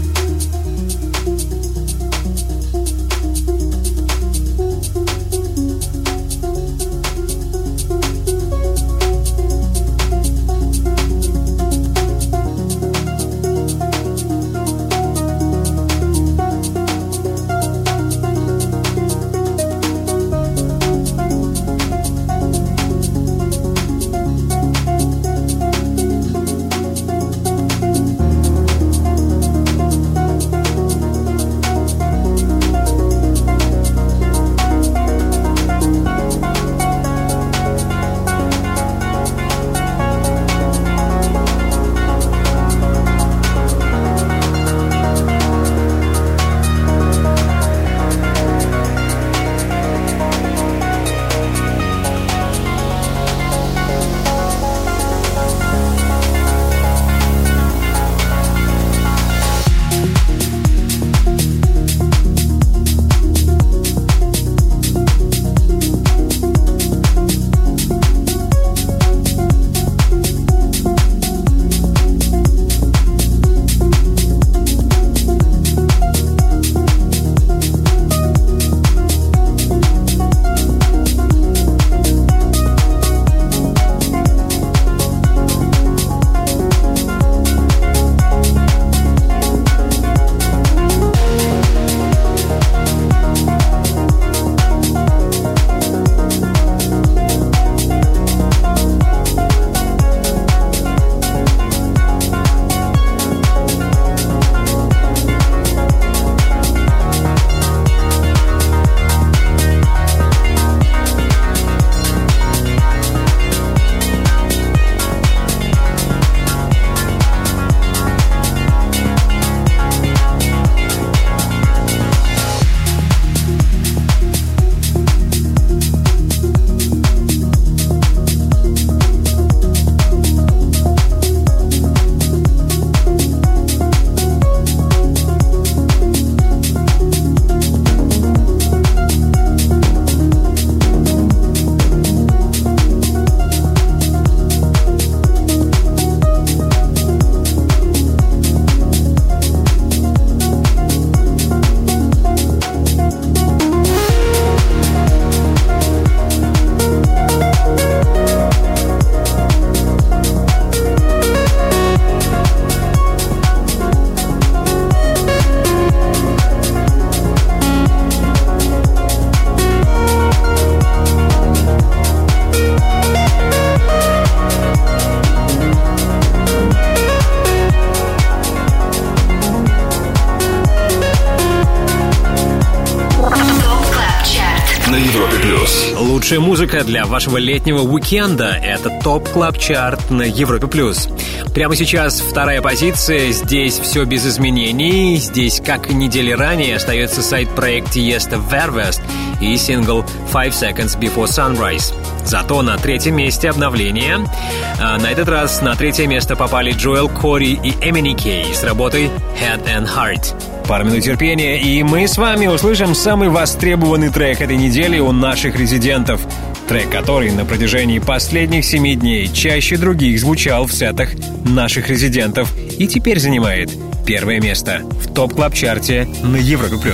Лучшая музыка для вашего летнего уикенда — это ТОП Клаб Чарт на Европе+. Прямо сейчас вторая позиция. Здесь все без изменений. Здесь, как и недели ранее, остается сайд-проект Tiesto Vervest и сингл 5 Seconds Before Sunrise. Зато на третьем месте обновление. На этот раз на третье место попали Джоэл Кори и Эмини Кей с работой Head and Heart. Пару минут терпения, и мы с вами услышим самый востребованный трек этой недели у наших резидентов. Трек, который на протяжении последних 7 дней чаще других звучал в сетах наших резидентов и теперь занимает первое место в топ-клаб-чарте на Европе+.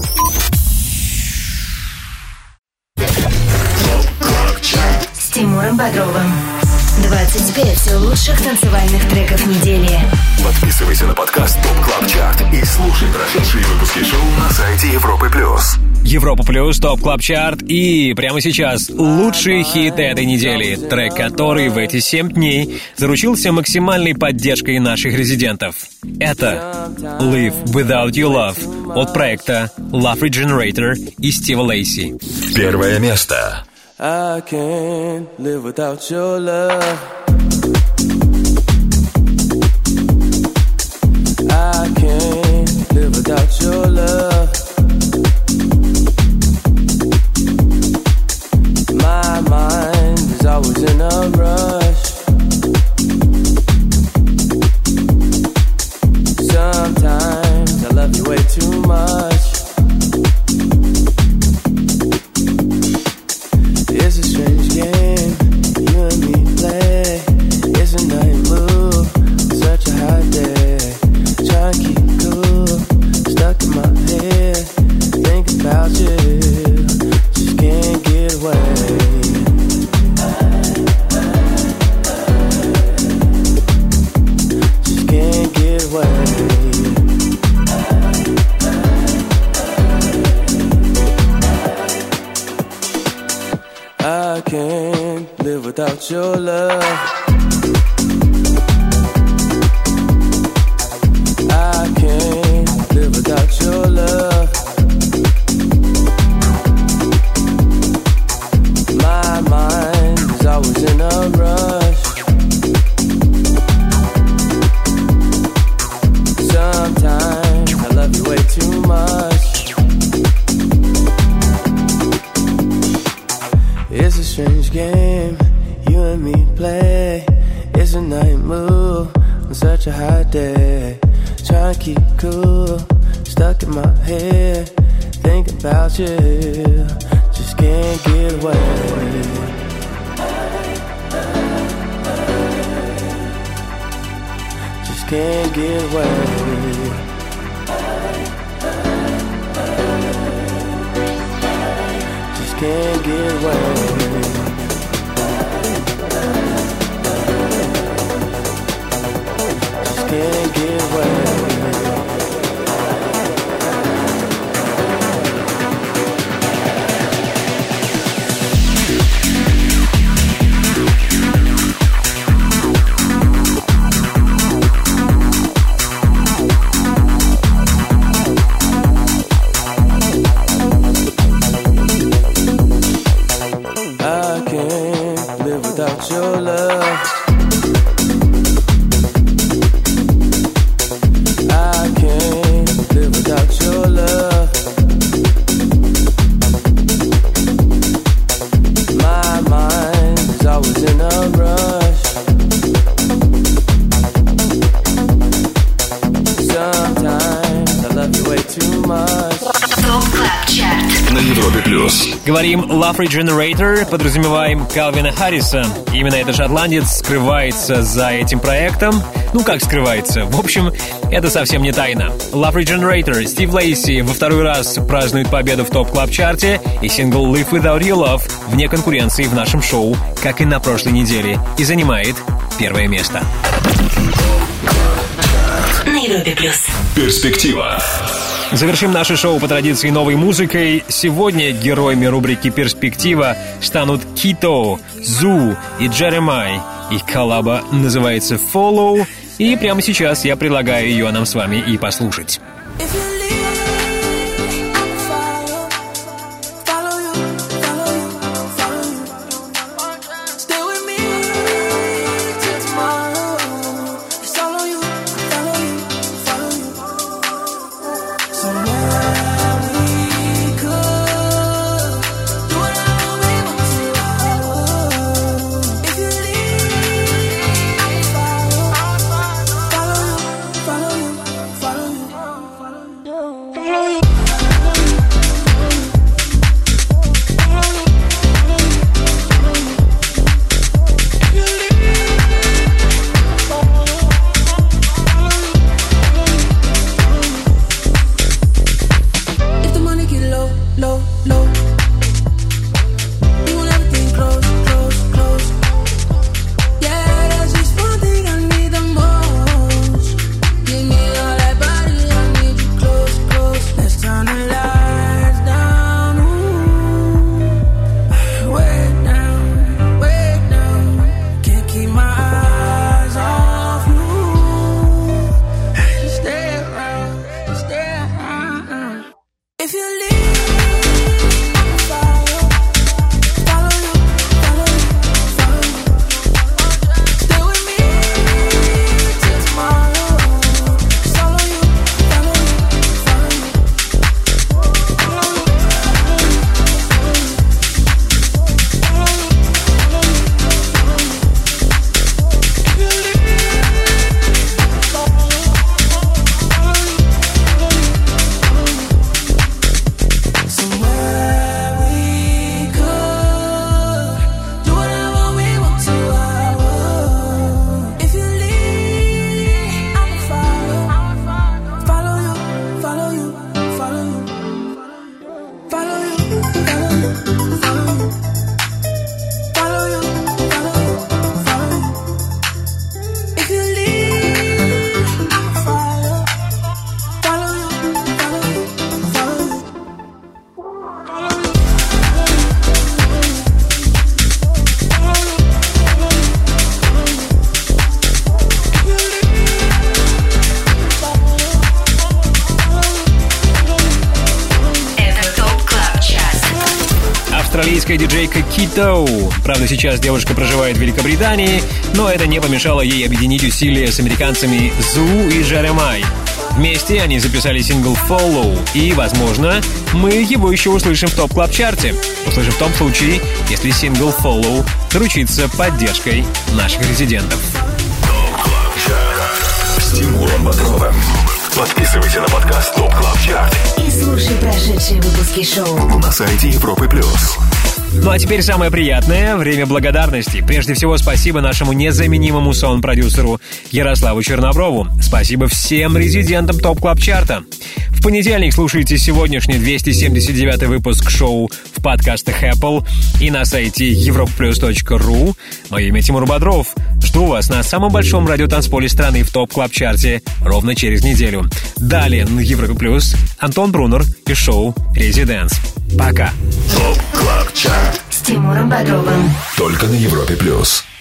С Тимуром Бодровым. 25 лучших танцевальных треков недели. Подписывайся на подкаст Top Club Chart и слушай прошедшие выпуски шоу на сайте Европы+. Европа Плюс, Топ Клаб Чарт, и прямо сейчас лучший хит этой недели, трек, который в эти 7 дней заручился максимальной поддержкой наших резидентов. Это Live Without Your Love от проекта Love Regenerator и Стива Лейси. Первое место. I can't live without your love. I can't live without your love. My mind is always in a rush. Sometimes I love you way too much. It's a strange game you and me play. It's a night move, such a hot day. Try and keep cool, stuck in my head. Think about you, just can't get away. Just can't get away. I can't live without your love. I can't live without your love. My mind is always in a rush. Sometimes I love you way too much. It's a strange game you and me play. It's a night move on such a hot day. Try and keep cool, stuck in my head. Thinking about you, just can't get away. Just can't get away. Can't get away. Just can't get away. Your love, I can't live without your love. My mind is always in a rush. Sometimes I love you way too much. Топ Клаб Чарт На Европе Плюс. Говорим Love Regenerator, подразумеваем Калвина Харриса. Именно этот шотландец скрывается за этим проектом. Ну как скрывается? В общем, это совсем не тайна. Love Regenerator, Стив Лейси во второй раз празднует победу в топ-клаб-чарте, и сингл Live Without Your Love вне конкуренции в нашем шоу, как и на прошлой неделе, и занимает первое место. на Европе Плюс. Перспектива. Завершим наше шоу по традиции новой музыкой. Сегодня героями рубрики «Перспектива» станут Кито, Зу и Джеремай. Их коллаба называется «Follow», и прямо сейчас я предлагаю ее нам с вами и послушать. Австралийская диджейка Китоу. Правда, сейчас девушка проживает в Великобритании, но это не помешало ей объединить усилия с американцами Зу и Джеремай. Вместе они записали сингл «Follow», и, возможно, мы его еще услышим в топ-клаб-чарте. Услышим в том случае, если сингл «Follow» заручится поддержкой наших резидентов. ТОП-клаб-чарт с Тимуром Бодровым. Подписывайся на подкаст ТОП Клаб Чарт и слушай прошедшие выпуски шоу на сайте Европы+. Ну а теперь самое приятное — время благодарности. Прежде всего, спасибо нашему незаменимому сон-продюсеру Ярославу Черноброву. Спасибо всем резидентам ТОП Клаб Чарта. В понедельник слушайте сегодняшний 279-й выпуск шоу в подкастах Apple и на сайте europaplus.ru. Мое имя Тимур Бодров. Жду вас на самом большом радиотанцполе страны в ТОП Клаб Чарте ровно через неделю. Далее на Европе Плюс Антон Брунер и шоу «Резиденс». Пока. ТОП Клаб Чарт с Тимуром Бодровым. Только на Европе Плюс.